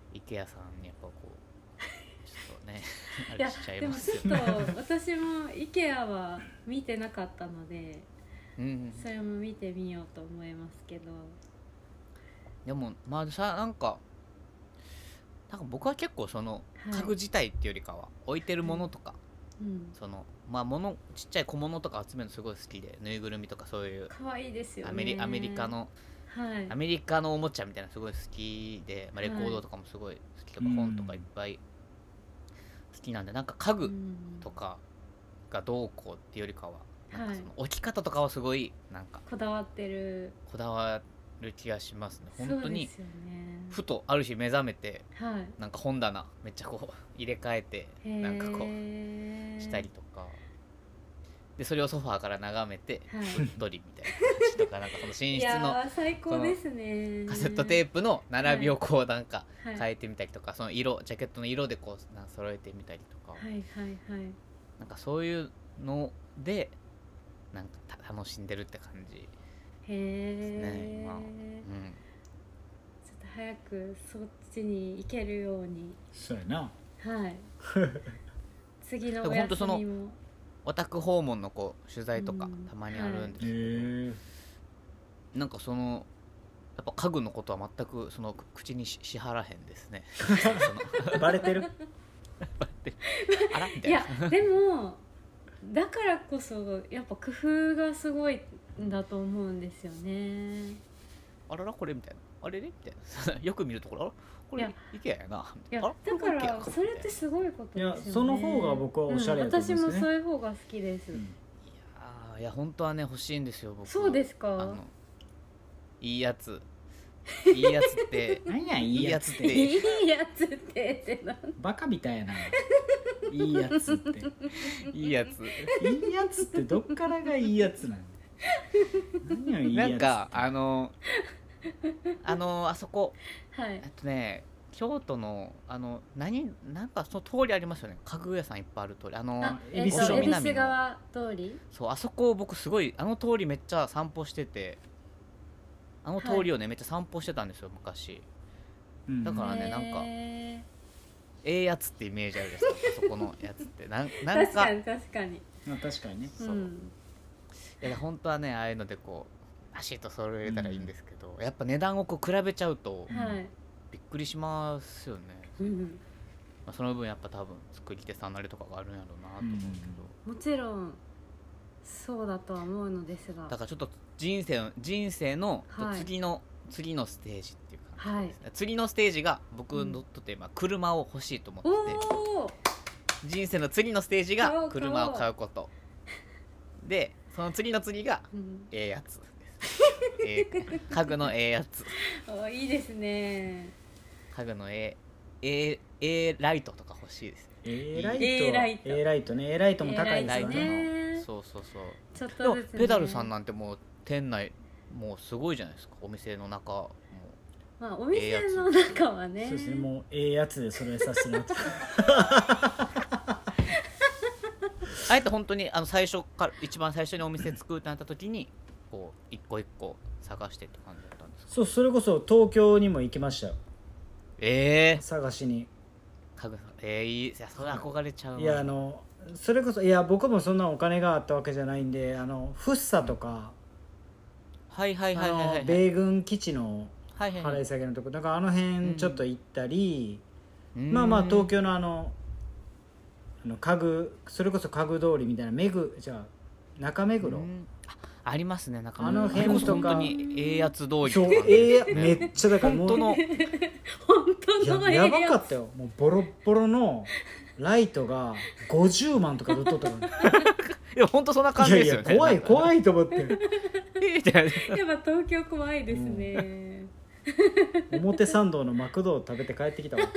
IKEA さんにやっぱこうちょっとねあいやれしちゃいでもますよちょっね。 と私も IKEA は見てなかったのでうんそれも見てみようと思いますけど、 でもまあさなんか僕は結構そのはい家具自体っていうよりかは置いてるものとか、 うん、 そのまあちっちゃい小物とか集めるのすごい好きで、ぬいぐるみとかそういう可愛いですよね。 アメリカのはいアメリカのおもちゃみたいなのすごい好きで、まあ、レコードとかもすごい好きとか、 はい本とかいっぱい好きなんで、なんか家具うんとかがどうこうっていうよりかはなんかそのはい置き方とかはすごいなんかこだわってる。 こだわる気がしますね。本当にそうですよね。 ふとある日目覚めてはいなんか本棚めっちゃこう入れ替えてなんかこううしたりとかで、それをソファーから眺めてはいうっとりみたいな感じとか、なんかその寝い室のやー最高ですね。 カセットテープの並びをこうなんかはい変えてみたりとか、その色ジャケットの色でこう揃えてみたりとか、 はいはいはい。 なんかそういうのでなんか楽しんでるって感じ。 へえ、 ね今ちょっと早くそっちに行けるように。 そうやな。 はい次のおでもほんとその休みもオタク訪問のこう取材とかうんたまにあるんですへけど、 え。 なんかそのやっぱ家具のことは全くその口にしはらへんですね。そのバレてる。 あらみたいいなやでもだからこそやっぱ工夫がすごいんだと思うんですよね。 あららこれみたいな、あれれみたいなよく見るところ、あらこれいや IKEA やなみいやたいな、 だかこれも IKEA らそれってすごいことですよね。 いやその方が僕はおしゃれだと思うんですよね私もそういう方が好きです、 うんいや本当はね欲しいんですよ僕。 そうですか。 あのいいやついいやつってなんやいいやつっいいて。 いいやつってなんバカみたいやな。いいやつって。 いいやついいやつってどっからがいいやつなん。何やいいやつ。 なんかあそこはい京都のなんかその通りありますよね、家具屋さんいっぱいある通り、 恵比寿五所恵比南の寿川通り。 そうあそこ僕すごい通りめっちゃ散歩してて、通りをね、めっちゃ散歩してたんですよ昔。 うんだからねなんかへやつってイメージあるじゃないですかあそこのやつってなんーか確かに確かに、 まあ確かにね。 そううん、 いや本当はねああいうのでこうバシッと揃えたらいいんですけど、やっぱ値段をこう比べちゃうとはい、 びっくりしますよね、 うん、 まあ、その分やっぱ多分作り手さんなりとかがあるんやろうなと思うけど、 もちろんそうだとは思うのですが、 だからちょっと人生のはい次のステージっていう感じですね、 はい次のステージが僕にとって車を欲しいと思ってて、 おお人生の次のステージが買おう車を買うことで、その次の次がうんやつです家具のやつ、 いいですね。 家具のライトとか欲しいですね。 A ライト A ライト A ライトね A ライトも高いですよライトの、 ね。 そうそうそう。 ちょっでもとずつ、ね、 ペダルさんなんてもう店内もうすごいじゃないですか、お店の中もまあお店の中はね、 そうですね、もうやつでそれさせてもらってあえて本当に最初から一番最初にお店作るってなった時にこう一個一個探してって感じだったんですか？ そう、それこそ東京にも行きましたよ、探しに。 家具いい、いやそれ憧れちゃうな。 いやそれこそ、いや僕もそんなお金があったわけじゃないんで、福生とか、 はいはいはいはいはい米軍基地のはいはいはい払い下げのとこ、だからあの辺ちょっと行ったり、 うんまあまあ東京の家具、それこそ家具通りみたいなじゃあ中目黒、 うんありますね、なんかあの辺あれこそとか本当にやつ通りそうとかめっちゃだからもう本当の本当のやばかったよ、もうボロッボロのライトが50万とかで売っとったからねいや本当そんな感じいやいですよね。 や怖い怖いと思ってみたいなやっぱ東京怖いですね、 表参道のマクドを食べて帰ってきたわ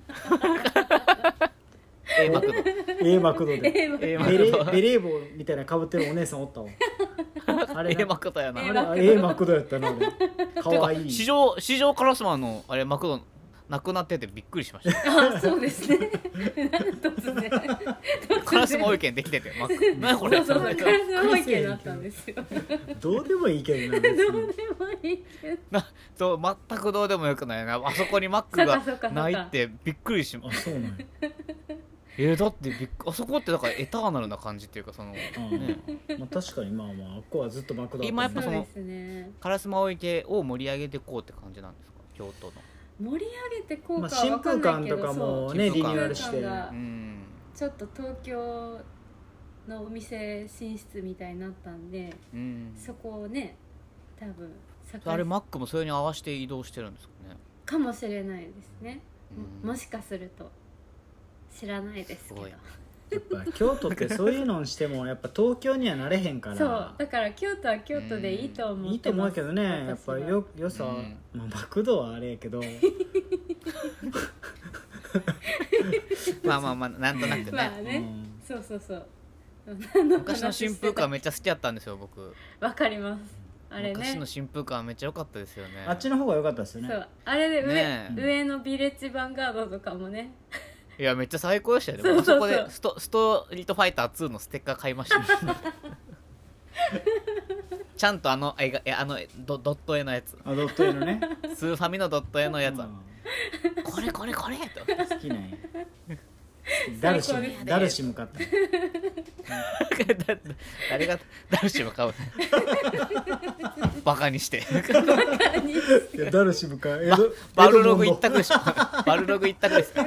マクド A マクドでマクドベレー帽みたいなかぶってるお姉さんおったわあれマクドやな。 あれ A マクドやったな、あれかわいい。 市場カラスマンのあれマクドなくなっててびっくりしましたあ、そうですね突然カラスマ保育園できててマック何これそうそう、カラスマ保育園だったんですよどうでもいいけどな別にどうでもいいけどそう全くどうでもよくないなあそこにマックがないってびっくりしましあそうなんやただってあそこってだからエターナルな感じっていうかその、ね、 まあ確かにまあまああっこはずっとマクド今やっぱそうですね。 烏丸池を盛り上げていこうって感じなんですか京都の。 盛り上げてこうまあかは分かんないけど、 新風館とかもねそうリニューアルして新風館がうんちょっと東京のお店進出みたいになったんで、 うんそこをね多分あれマックもそれに合わせて移動してるんですかね。 かもしれないですね、 うんもしかすると知らないですけどすごいやっぱ京都ってそういうのにしてもやっぱ東京にはなれへんからそうだから京都は京都でいいと思ってます。 いいと思うけどねやっぱ私はよさ、 うんまあ、マクドはあれやけどまあまあまあなんとなくね、 まあね、 うんそうそうそう昔の新風館めっちゃ好きだったんですよ僕。 わかりますあれね。 昔の新風館めっちゃ良かったですよね。 あっちの方が良かったですよねそうあれでねえ上のビレッジヴァンガードとかもねいやめっちゃ最高でしたよね。 そうそうそうあそこでストリートファイター2のステッカー買いましたちゃんとあのドット絵のやつあドット絵のねスーファミのドット絵のやつはうんこれと好きなんやダルシ最高ですムダルシム買った誰がダルシム買うバカにしていやダルシムかバルログエドモンド一択でしょバルログ一択ですよ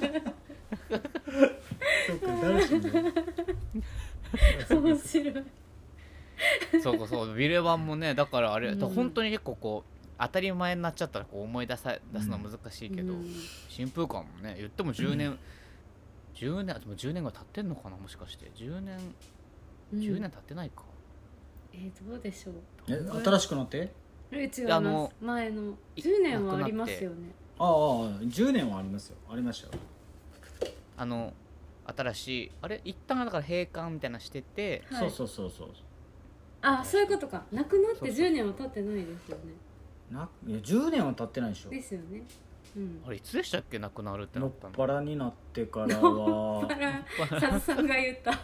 そうかダルシム面白いそうビレバンもねだからあれ、 うん本当に結構こう当たり前になっちゃったらこう思い出すのは難しいけど、新風館もね言っても10年、10年でも10年ぐらい経ってんのかなもしかして10年経ってないか、 どうでしょう。 新しくなって違います前の10年はありますよね。 ああ10年はありますよありましたよ新しいあれ一旦だから閉館みたいなのしてて、 はいそうあ、そういうことか。なくなってそうそう 10年は経ってないですよね。 いや10年は経ってないでしょですよね。 あれいつでしたっけなくなるってなのっったの。 ぱらになってからは佐々さんが言った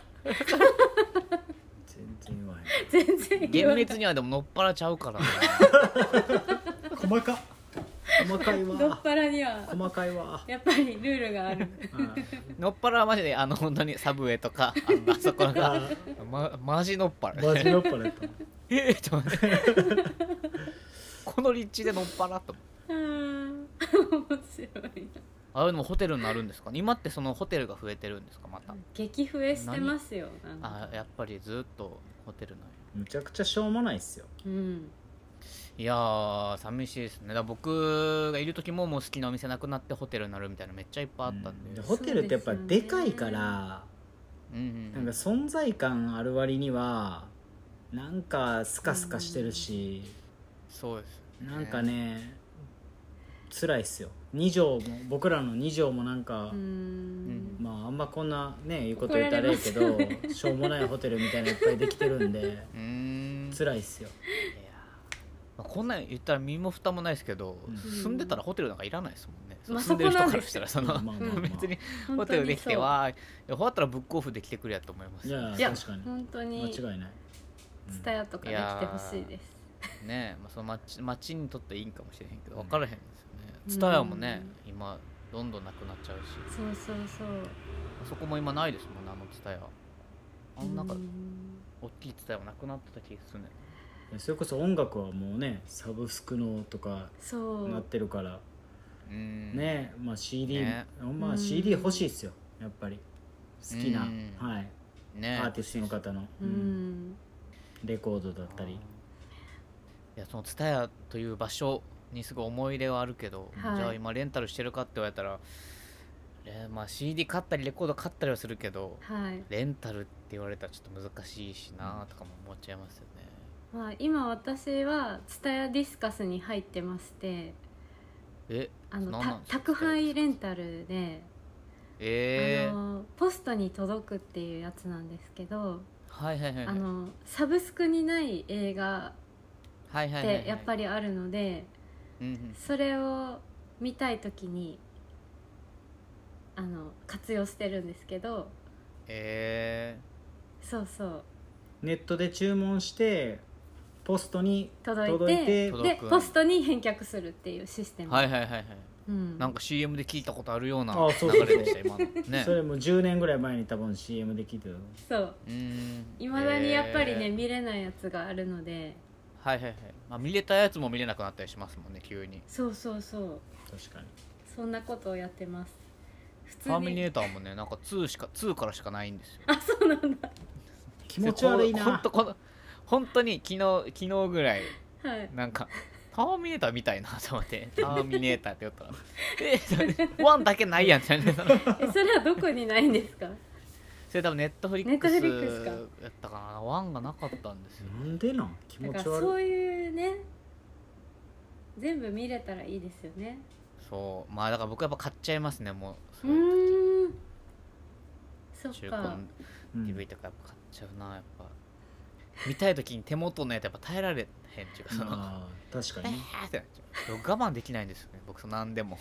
全然言わ全然言厳わない密にはでものっぱらちゃうからねへん細かいどっわぱらには細かいわやっぱりルールがあるのっぱらはマジで本当にサブウェイとかあそこがマジのっぱらマジのっぱらやったちょっと待ってこの立地でのっぱらと思う面白いあれでもホテルになるんですか今ってそのホテルが増えてるんですかまた。 激増えしてますよなんかやっぱりずっとホテルなんや。 むちゃくちゃしょうもないっすよいやー寂しいですね。だから僕がいる時ももう好きなお店なくなってホテルになるみたいなめっちゃいっぱいあったんで、 でホテルってやっぱでかいからなんか存在感ある割にはなんかスカスカしてるしそうですねなんかね辛いっすよ2畳も僕らの2畳もなんかまああんまこんなねいうこと言ったらあれやけどしょうもないホテルみたいなのいっぱいできてるんで辛いっすよ。 いやまあこんなん言ったら身も蓋もないですけど、住んでたらホテルなんかいらないですもんね、 まあ住んでる人からしたらその、 まあまあまあ別にホテルできてはいやほったらブックオフできてくれやと思いますいやいや確かに本当間に違いないツタヤとかできてほしいですねまあ、その町にとっていいんかもしれへんけど分からへんですよね。ツタヤもね今どんどんなくなっちゃうしそうあそこも今ないですもんねツタヤなんか大きいツタヤはなくなってた気がするね。 それこそ音楽はもうねサブスクのとかそうなってるからねまあ CD ねまあ CD 欲しいっすよやっぱり好きなはいねアーティストの方のレコードだったりいやそのツタヤという場所にすごい思い入れはあるけど、 はいじゃあ今レンタルしてるかって言われたら、まあ CD 買ったりレコード買ったりはするけど、 はいレンタルって言われたらちょっと難しいしなとかも思っちゃいますよね。 まあ今私はツタヤディスカスに入ってまして何なんですか宅配レンタルでポストに届くっていうやつなんですけどはいはいはいサブスクにない映画はいはいはいってやっぱりあるのでうんうんそれを見たい時に活用してるんですけど、そうそう、 ネットで注文してポストに届いてでポストに返却するっていうシステム。 はいはいはいはい、 うん、 なんか CM で聞いたことあるようなあ、そうそう流れでした今のね。 それも10年ぐらい前に多分 CM で聞いてた。 そういまだにやっぱりね、見れないやつがあるので、 はいはいはい、まあ、見れたやつも見れなくなったりしますもんね急に。 そうそうそう、 確かにそんなことをやってます。普通ターミにネーターもね、なんか2からしかないんですよ。 あ、そうなんだ。 気持ち悪いな。 本当に昨日ぐらいはいなんかターミネーターみたいなと思ってターミネーターって言ったらワンだけないやんってなってそれはどこにないんですか？ それ多分ネットフリックスやったかな。ワンがなかったんですよ。 なんでなん？気持ち悪い。 だからそういうね、全部見れたらいいですよね。 そう、まあだから僕やっぱ買っちゃいますね、もう。 そっか。 中古の DV とかやっぱ買っちゃうな、やっぱ。見たい時に手元のやつやっぱ耐えられへんっていうか、その確かにってなっちゃう。我慢できないんですよね、僕何でも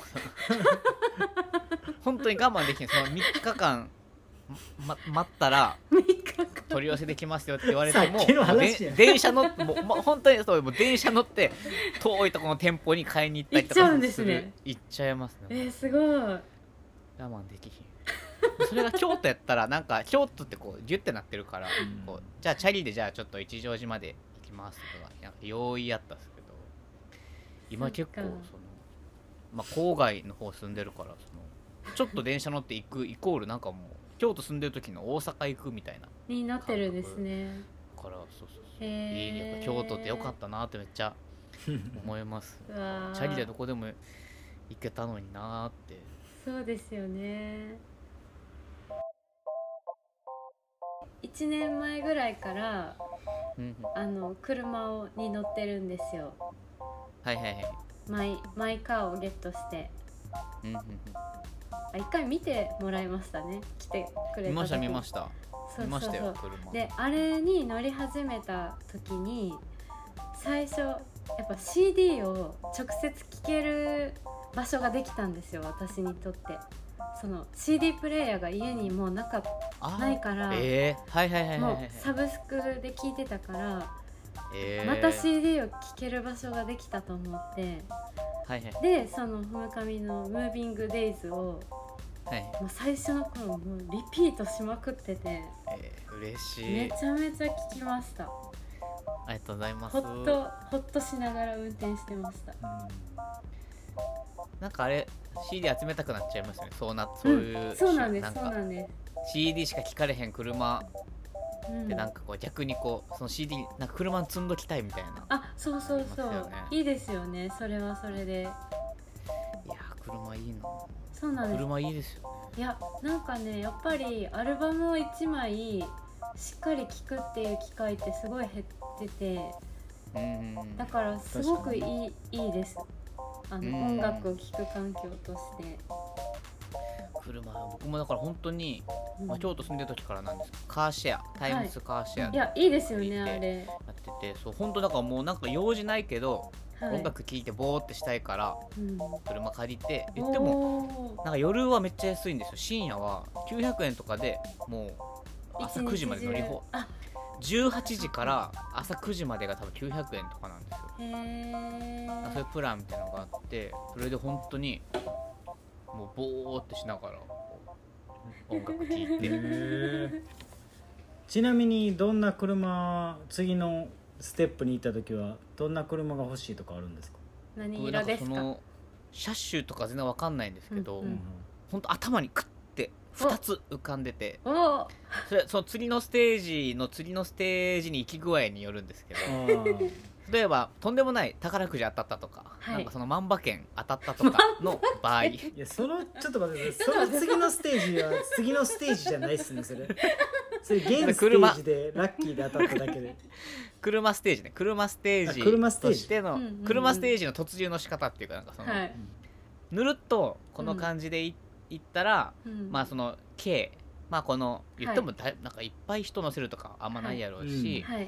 本当に我慢できない。その3日間、待ったら取り寄せできますよって言われても電車乗って本当にそう、もう電車乗って遠いところの店舗に買いに行ったりとか行っちゃうんですね。 行っちゃいますね。 すごい。我慢できひん。それが京都やったらなんか京都ってこうギュッてなってるから、こうじゃあチャリでじゃあちょっと一乗寺まで行きますとかなんか容易やったんですけど、今結構その、まあ、郊外の方住んでるからそのちょっと電車乗って行くイコールなんかもう京都住んでる時の大阪行くみたいなになってるんですね。 から、そうやっぱ京都ってよかったなってめっちゃ思いますチャリでどこでも行けたのになって。 そうですよね。1年前ぐらいから車に乗ってるんですよ。 はいはいはい。 マイカーをゲットして、一回見てもらいましたね、来てくれた時。 見ましたそう見ましたよ車で、あれに乗り始めた時に最初やっぱ CD を直接聴ける場所ができたんですよ、私にとって。その CD プレイヤーが家にもうないから、もうサブスクで聴いてたから、また CD を聴ける場所ができたと思って、でそのふむかみのムービングデイズを、もう最初の頃もうリピートしまくってて、 嬉しい。 めちゃめちゃ聴きました。 ありがとうございます。 ほっとしながら運転してました。 なんかあれ CD 集めたくなっちゃいますよね。そういう、 そうなんです。 CD しか聴かれへん車で、なんかこう逆にこうその CD なんか車に積んどきたいみたいな。 そう、いいですよね、それはそれで。 いや車いいな。 そうなんです。 車いいですよね。 いや、なんかね、やっぱりアルバムを1枚しっかり聴くっていう機会ってすごい減ってて、だからすごくいいです。音楽を聴く環境として。 車、僕もだから本当に、京都住んでる時からなんですけど、カーシェア、タイムズカーシェア、 いや、いいですよね、あれやってて、そう本当だからもうなんか用事ないけど、音楽聴いてボーってしたいから、車借りて、言ってもなんか夜はめっちゃ安いんですよ。深夜は900円とかでもう朝9時まで乗り放題。18時から朝9時までが多分900円とかなんですよ。そういうプランみたいなのがあって、それで本当にもうボーってしながら音楽聴いてちなみにどんな車、次のステップに行った時はどんな車が欲しいとかあるんですか？ 何色ですか？ その車種とか全然わかんないんですけど、本当頭にクッて2つ浮かんでて、その次のステージに行き具合によるんですけど例えばとんでもない宝くじ当たったとか、なんかその万馬券当たったとかの場合いや、ちょっと待ってください。その次のステージは次のステージじゃないっすね。それ現ステージでラッキーで当たっただけで車ステージね。車ステージとしての車ステージの突入の仕方っていうか、なんかその、ぬるっとこの感じで行ったら、まあその計、まあこの言ってもなんかいっぱい人乗せるとかあんまないやろうし、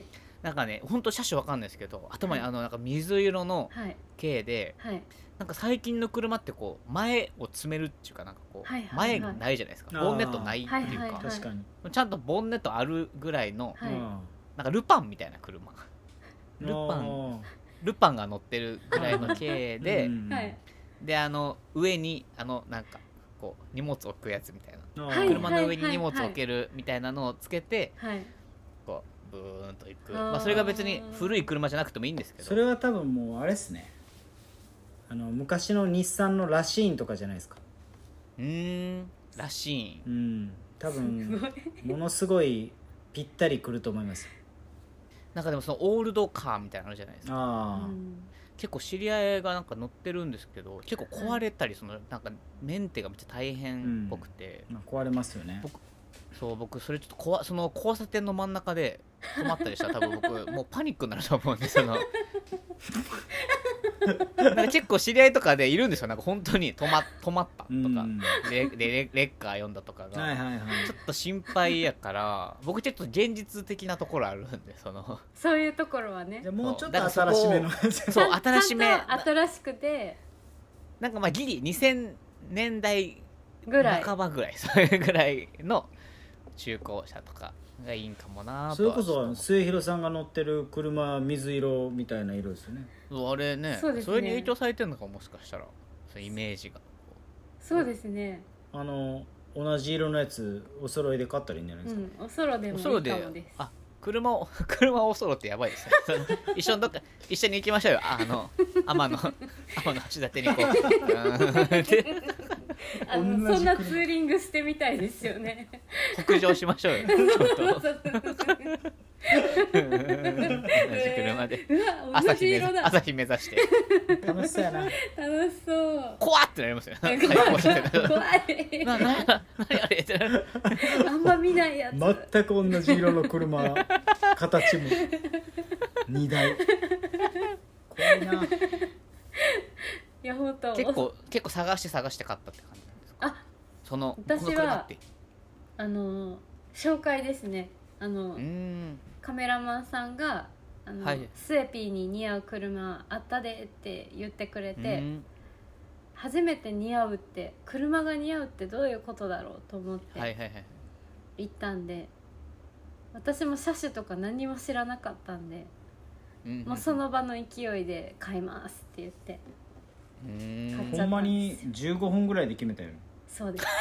なんかねほんと車種わかんないですけど、頭になんか水色のはい軽で、 はいなんか最近の車ってこう前を詰めるっていうか、なんかこう、 はいはいはい前がないじゃないですか。 あーボンネットないっていうか、 はいはいはい確かに、 ちゃんとボンネットあるぐらいの、 はいなんかルパンみたいな車、 うんルパンが乗ってるぐらいの軽で、 はいで上になんかこう荷物置くやつみたいな、 はい車の上に荷物置けるみたいなのをつけて、 はいこうブーンと行く、 あーまあ、それが別に古い車じゃなくてもいいんですけど、 それは多分もうあれっすね、昔の日産のラシーンとかじゃないですか。 らしい多す分ごいものすごいぴったりくると思います。 なんかでもそのオールドカーみたいなのあるじゃないですか。 ああ、 結構知り合いがなんか乗ってるんですけど、結構壊れたり、そのなんかメンテがめっちゃ大変っぽくて、 まあ壊れますよね。 僕それちょっとその交差点の真ん中で止まったりしたら多分僕もうパニックになると思うんで、なんか結構知り合いとかでいるんですよ。なんか本当に止まったとか、レッカー読んだとかが、 はいはいはい。 ちょっと心配やから僕ちょっと現実的なところあるんで、 そういうところはねじゃあもうちょっと新しめのそう新しめちゃんと新しくてなんかまあギリ2000年代ぐらい半ばぐらい、それぐらいの中古車とかがいいんかもなとは。 それこそ末広さんが乗ってる車水色みたいな色ですよね。 あれね、 そうですねそれに影響されてるのかもしかしたら、そのイメージがそうですね同じ色のやつお揃いで買ったらいいんじゃないですか。 おソロでもいいかもおそろで、 ですあ車おそろってやばいですね一緒に行きましょうよ、天の橋立にこうってそんなツーリングしてみたいですよね北上しましょうよちょっと同じ車でうわ同じ色だ朝日目指して楽しそうやな。 楽しそう怖ってなりますよね。 怖い何あれってなる。 あんま見ないやつ全く同じ色の車形も2台怖いな。 いや本当結構探して買ったって感じなんですか。 あこの私は車って紹介ですねうんカメラマンさんがはいスエピーに似合う車あったでって言ってくれて、 うん初めて似合うって車が似合うってどういうことだろうと思ってはいはいはい行ったんで、私も車種とか何も知らなかったんで、 うんもうその場の勢いで買いますって言ってうん買っちゃったほんまに15分ぐらいで決めたよね。 そうです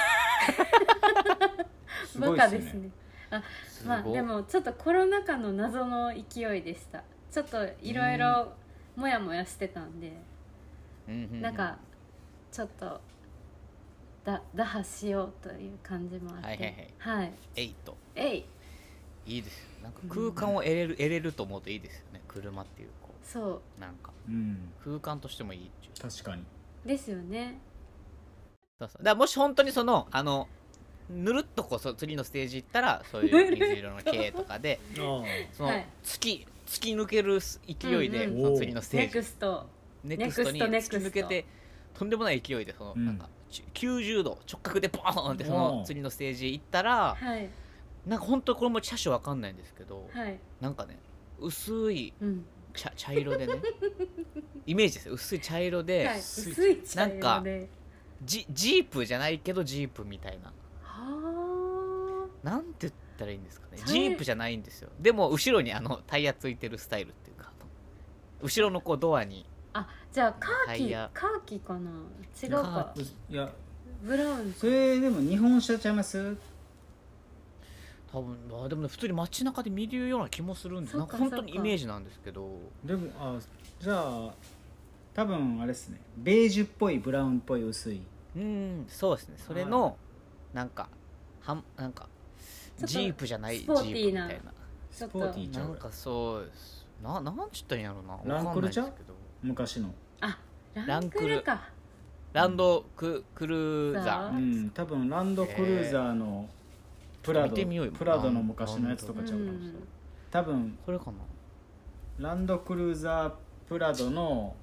すごバいっすよね。 カですねすごいまあでもちょっとコロナ禍の謎の勢いでした。ちょっといろいろモヤモヤしてたんで、なんかちょっと打破しようという感じもあって、はい 8 えいいいですよ。なんか空間を得れると思うといいですよね。車っていうそうなんか空間としてもいいっていう。 確かに。 ですよね。 そうだからもし本当にぬるっと次のステージ行ったらそういう水色の系とかでその、 はい突き抜ける勢いで、 うんうんその次のステネージクストネクストに突き抜けてとんでもない勢いでなんか90度直角でボーンってその次のステージ行ったら、 はいなんか本当これも車種わかんないんですけど、 はいなんかね薄いうん茶色でねイメージですよ。薄い茶色で、 はい薄い茶色でなんかジープじゃないけどジープみたいな、 はなんて言ったらいいんですかね。 茶ジープじゃないんですよ。でも後ろにタイヤついてるスタイルっていうか、後ろのドアにあじゃあカタイヤーキかな違うかいやブラウンそれでも日本車ちゃいます？ 多分でもね普通に街中で見るような気もするんで、 そっかなんか本当にイメージなんですけど、 でもじゃあ多分あれですね、ベージュっぽいブラウンっぽい薄い。 そうですね。それのなんかなんかちょっとジープじゃないジスポーティーなープみたいな、 ちょっスポーティとーちゃうんなかそうですなんちゅったんやろな、 ランクルちゃうわかんないですけど昔の。 あランクルかランドクルーザあー多分ランドクルーザーのプラ見てみようよドの昔のやつとかちゃうかもしれない。多分これかな。 ランドクルーザープラドの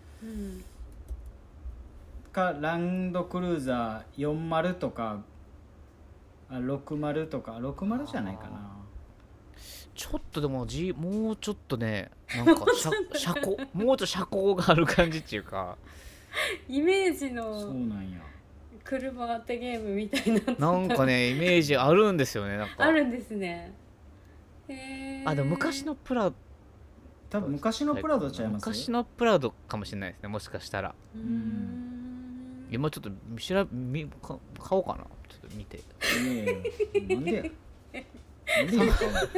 ランドクルーザー40とか60とか60じゃないかな。 ちょっとでももうちょっとねなんか車高もうちょっと車高がある感じっていうかイメージそうのなんや。 車当てゲームみたいになってたなんかねイメージあるんですよねなんかあるんですね。へー。 でも昔のプラ多分昔のプラドちゃいます？ 昔のプラドかもしれないですねもしかしたら。今ちょっと買おうかなちょっと見て。 なんでやなんでや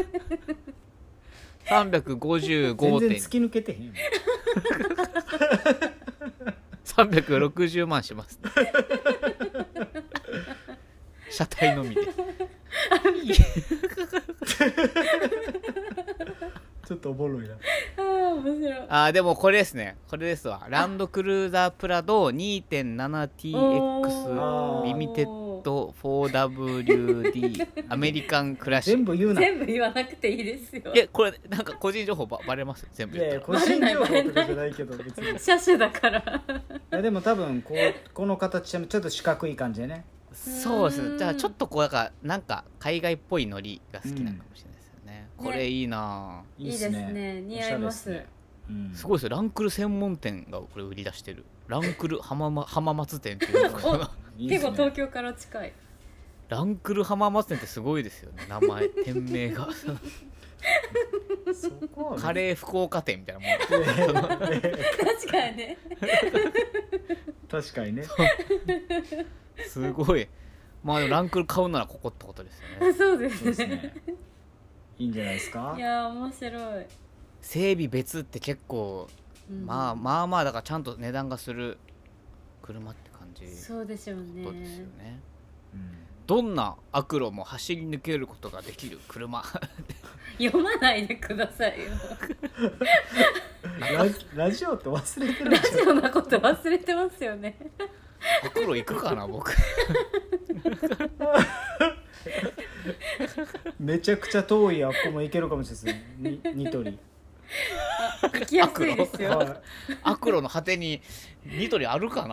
355 全然点突き抜けてへんやん。 360万します、ね、車体のみでちょっとおもろいな。 面白い。 でもこれですねこれですわランドクルーザープラド 2.7TX リミテッド 4WD アメリカンクラシック全部言うな。 全部言わなくていいですよ。 これなんか個人情報バレます全部いやい言ったら。 や個人情報とかじゃないけど別に。い車種だからやでも多分この形はちょっと四角い感じでね。 そうですねじゃあちょっとこうなんか海外っぽいノリが好きなのかもしれないですよね、これいいな。 いいですね似合います。 すごいですよランクル専門店がこれ売り出してるランクル浜松店っていうのが結構東京から近い。 ランクル浜松店ってすごいですよね名前店名がそこはカレー福岡店みたいなもん確かにね確かにね。 すごい。でもランクル買うならここってことですよね。 そうでそうですすねね。いいんじゃないですか。 いや面白い。 整備別って結構、まあだからちゃんと値段がする車って感じそうでしょうね。 ことですよね。どんな悪路も走り抜けることができる車読まないでくださいよラジオって忘れてるラジオなこと忘れてますよね悪路行くかな僕めちゃくちゃ遠いあっこも行けるかもしれないですね。ニトリ。 行きやすいですよ。 は悪路の果てにニトリあるかな、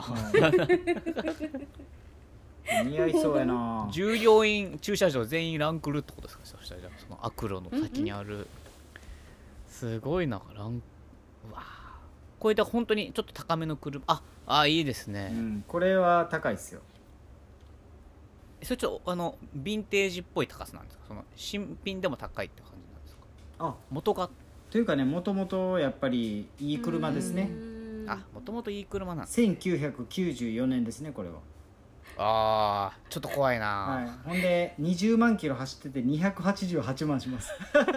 似合いそうやな。 従業員駐車場全員ランクルってことですか。そしたらじゃあその悪路の先にある、すごいなうわこれで本当にちょっと高めの車いいですね、 これは高いですよ。 それちょっとヴィンテージっぽい高さなんですか。その新品でも高いって感じなんですか。元がというかねもともとやっぱりいい車ですね。 もともといい車なんです。 1994年ですねこれは。 ちょっと怖いな、 ほんで20万キロ走ってて288万します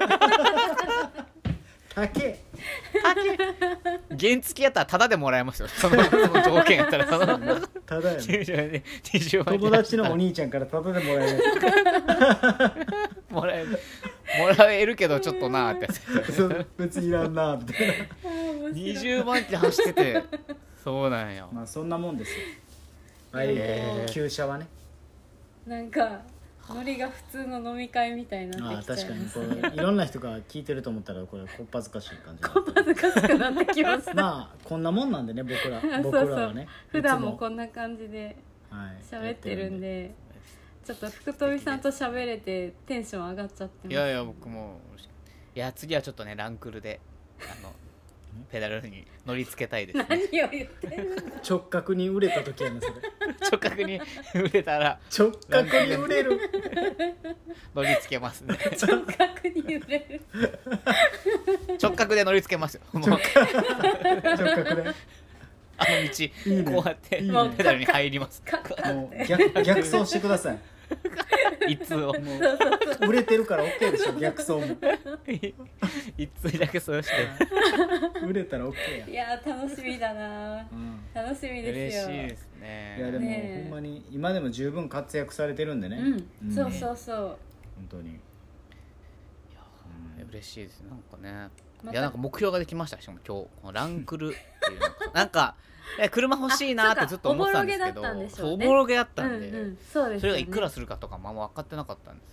高え原付やったらタダでもらえますよその条件やったらただやね 20万友達のお兄ちゃんからタダでもらえるもらえるけどちょっとなーって別にいらんなーみたいな 20万キロ走っててそうなんや。 まあそんなもんですよ。旧車はね。 なんかノリが普通の飲み会みたいになってきちゃいますね。 確かにこれいろんな人が聞いてると思ったらこれこっぱずかしい感じ。 こっぱずかしくなってきましたまあこんなもんなんでね僕らはね普段もこんな感じで喋ってるんで、ちょっと福富さんと喋れてテンション上がっちゃってます。 いや僕も次はちょっとねランクルでペダルに乗り付けたいですね。 何を言ってるの。 直角に売れた時やなそれ。 直角に売れたら直角に売れる乗り付けますね。 直角に売れる直角で乗り付けますよ。もう直角で道こうやってペダルに入ります。 もう逆走してください。 一通をもう売れてるから OK でしょ逆走も。 一通逆走して売れたら OK や。 いや楽しみだな、楽しみですよ。 嬉しいですね。 いやでも、ほんまに今でも十分活躍されてるんでね。 そう本当に。いや嬉しいですなんかね。いやなんか目標ができました。しかも今日このランクルっていうなんか車欲しいなってずっと思ってたんですけど、おぼろげだったんで、それがいくらするかとかも分かってなかったんです。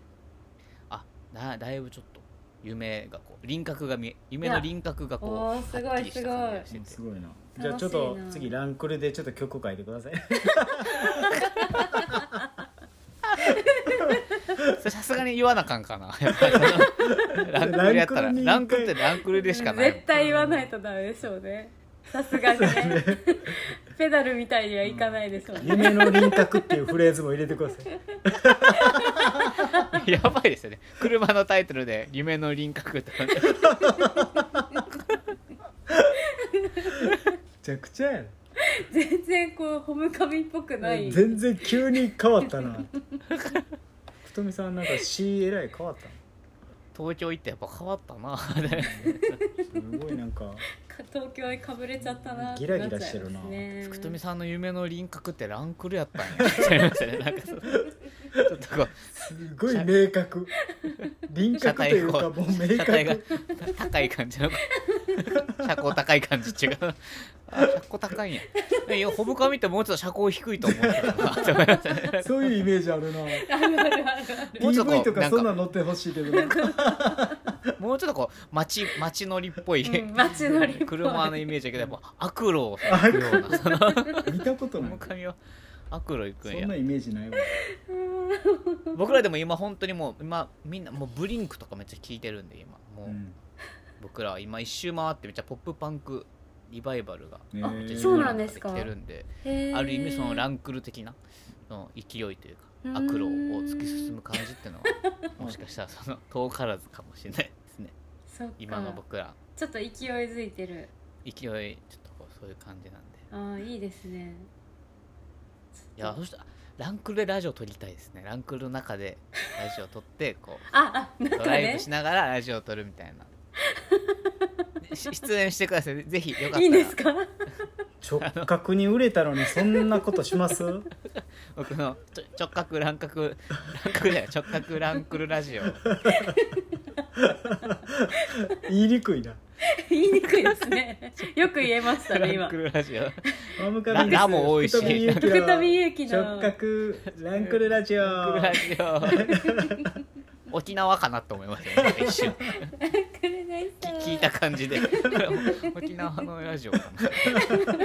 だいぶちょっと夢がこう夢の輪郭がこうすごいすごいすごいな。じゃあちょっと次ランクルでちょっと曲書いてください。 さすがに言わなあかんかなやっぱりランクルやったらランクってランクルでしかない絶対言わないとダメでしょうね、さすがにねペダルみたいにはいかないでしょうね、 夢の輪郭っていうフレーズも入れてくださいやばいですよね、車のタイトルで夢の輪郭とかねめちゃくちゃやな、 全然こうホムカミっぽくない。 全然急に変わったな太美さんなんか詩えらい変わったの、 東京行ってやっぱ変わったなすごいなんか東京にかぶれちゃったなってギラギラしてるな、 福富さんの夢の輪郭ってランクルやったんやって言いましたね、なんかちょっとこうすごい明確輪郭というかもう明車体が確高い感じの車高高い感じ違うあ、車高高いんやいやホブカミってもうちょっと車高低いと思ってたなって思いましたねそういうイメージあるなあるあるあるあるもうちょっと PV とかそんな乗ってほしいけどなもうちょっとこう街乗りっぽい、 街乗りっぽい車のイメージだけどやっぱ悪路を行くようなその見たことないホブカミは悪路行くんやそんなイメージないわ僕らでも今本当にもう今みんなもうブリンクとかめっちゃ聴いてるんで今もう、僕らは今一周回ってめっちゃポップパンクリバイバルがめっちゃそうなんですか来てるんで、 へーある意味そのランクル的なの勢いというか悪路を突き進む感じっていうのはもしかしたらその遠からずかもしれないですね。 そっか今の僕らちょっと勢いづいてる。 勢いちょっとこうそういう感じなんで、 ああいいですね。 いやそしたらランクルでラジオ撮りたいですね。ランクルの中でラジオ撮ってこうなんかドライブねしながらラジオ撮るみたいな出演してくださいぜひよかったらいいんですか直角に売れたのにそんなことします僕の直角ランクルランクルラジオ言いにくいな言いにくいですね。よく言えましたね今ランク。ルラジオラも多いし福富祐樹の直角ランクルラジオランクルラジオ沖縄かなと思いましたね一瞬聞いた感じで沖縄のラジオかな確か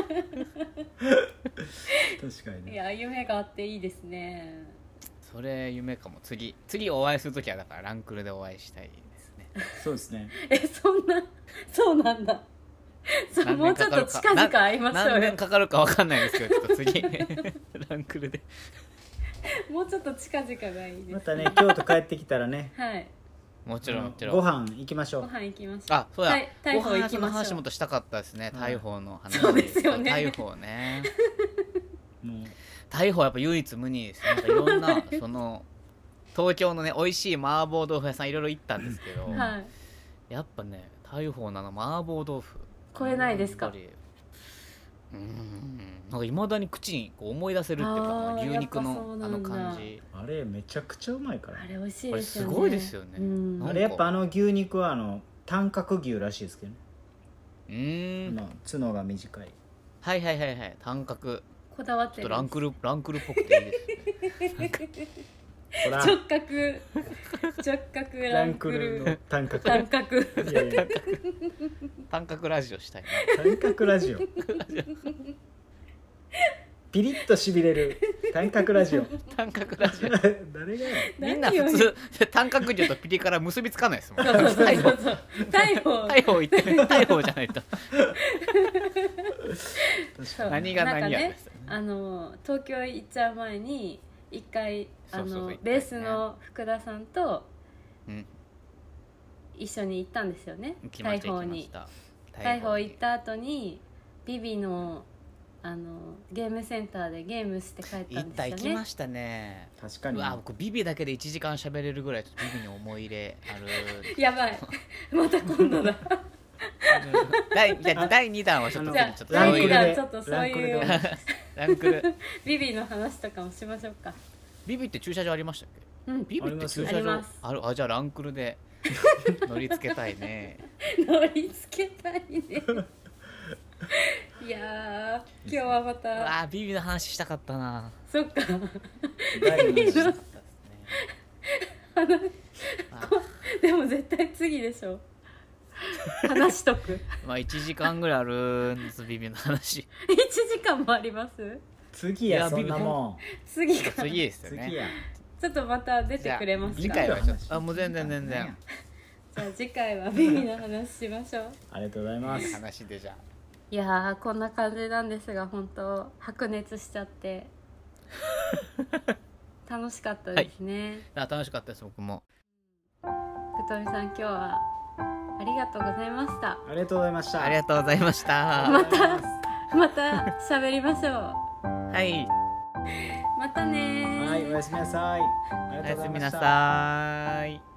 にねいや夢があっていいですね。 それ夢かも。次お会いするときはだからランクルでお会いしたいですね。 そうですねそうなんだ。もうちょっと近々会いましょうよ。 何年かかるかわかんないですけどちょっと次ランクルでもうちょっと近々がいいです。 またね京都帰ってきたらねはいもちろんご飯行きましょうご飯行きましょう。 あそうだ大砲行きましょう。 ご飯の話もっとしたかったですね。大砲の話そうですよね大砲ねもう大砲やっぱ唯一無二です。なんかいろんなその東京のね美味しい麻婆豆腐屋さんいろいろ行ったんですけど、 はいやっぱね大砲の麻婆豆腐超えないですか。 やっぱりなんか未だに口にこう思い出せるっていうかあー牛肉やっぱそうなんだの感じあれめちゃくちゃうまいからあれ美味しいこれですよね。 すごいですよねうんなんかあれやっぱ牛肉は短角牛らしいですけどね、 ま角が短いはいはいはいはい短角こだわってるちょっとランクルっぽくていいですねほら直角ランクランクルルの短角短角いやいや短角ラジオしたいな短角ラジオピリッとしびれる短角ラジオ短角ラジオ誰がやみんな普通短角って言うとピリから結びつかないですもんそう大砲行って大砲じゃないとそう何が何やなんかねですよね東京行っちゃう前に一回そうそう一回ねベースの福田さんとうん一緒に行ったんですよね。 行きました行きました大砲行った後にビビのゲームセンターでゲームして帰ったんですよね。 行きましたね。 確かにうわ僕ビビだけで1時間喋れるぐらいちょっとビビに思い入れあるやばいまた今度だ第2弾はちょっとじゃあちょっとランクルで第二弾ちょっとそういうランクルビビの話とかもしましょうか。 ビビって駐車場ありましたっけ？ うんビビって駐あ車場りますあるじゃあランクルで乗り付けたいね。 乗り付けたいねいや今日はまうたわビビの話したかったな。 そっか第二したかったですね。 でも絶対次でしょ話しとくまあ1時間ぐらいあるんですビビの話。 1時間もあります。 次やそいやんなもん次か次ですよね。 次ちょっとまた出てくれますか？ 次回はちょっともう全然じゃあ次回はベビの話しましょう。 ありがとうございます話でじゃあいやーこんな感じなんですが、本当白熱しちゃって楽しかったですね、 楽しかったです僕も。 くとみさん今日はありがとうございました。 ありがとうございましたありがとうございましたまた喋りましょう。 はいまたねー。 はい、おやすみなさい。ありおがとうございました。 やすみなさーい。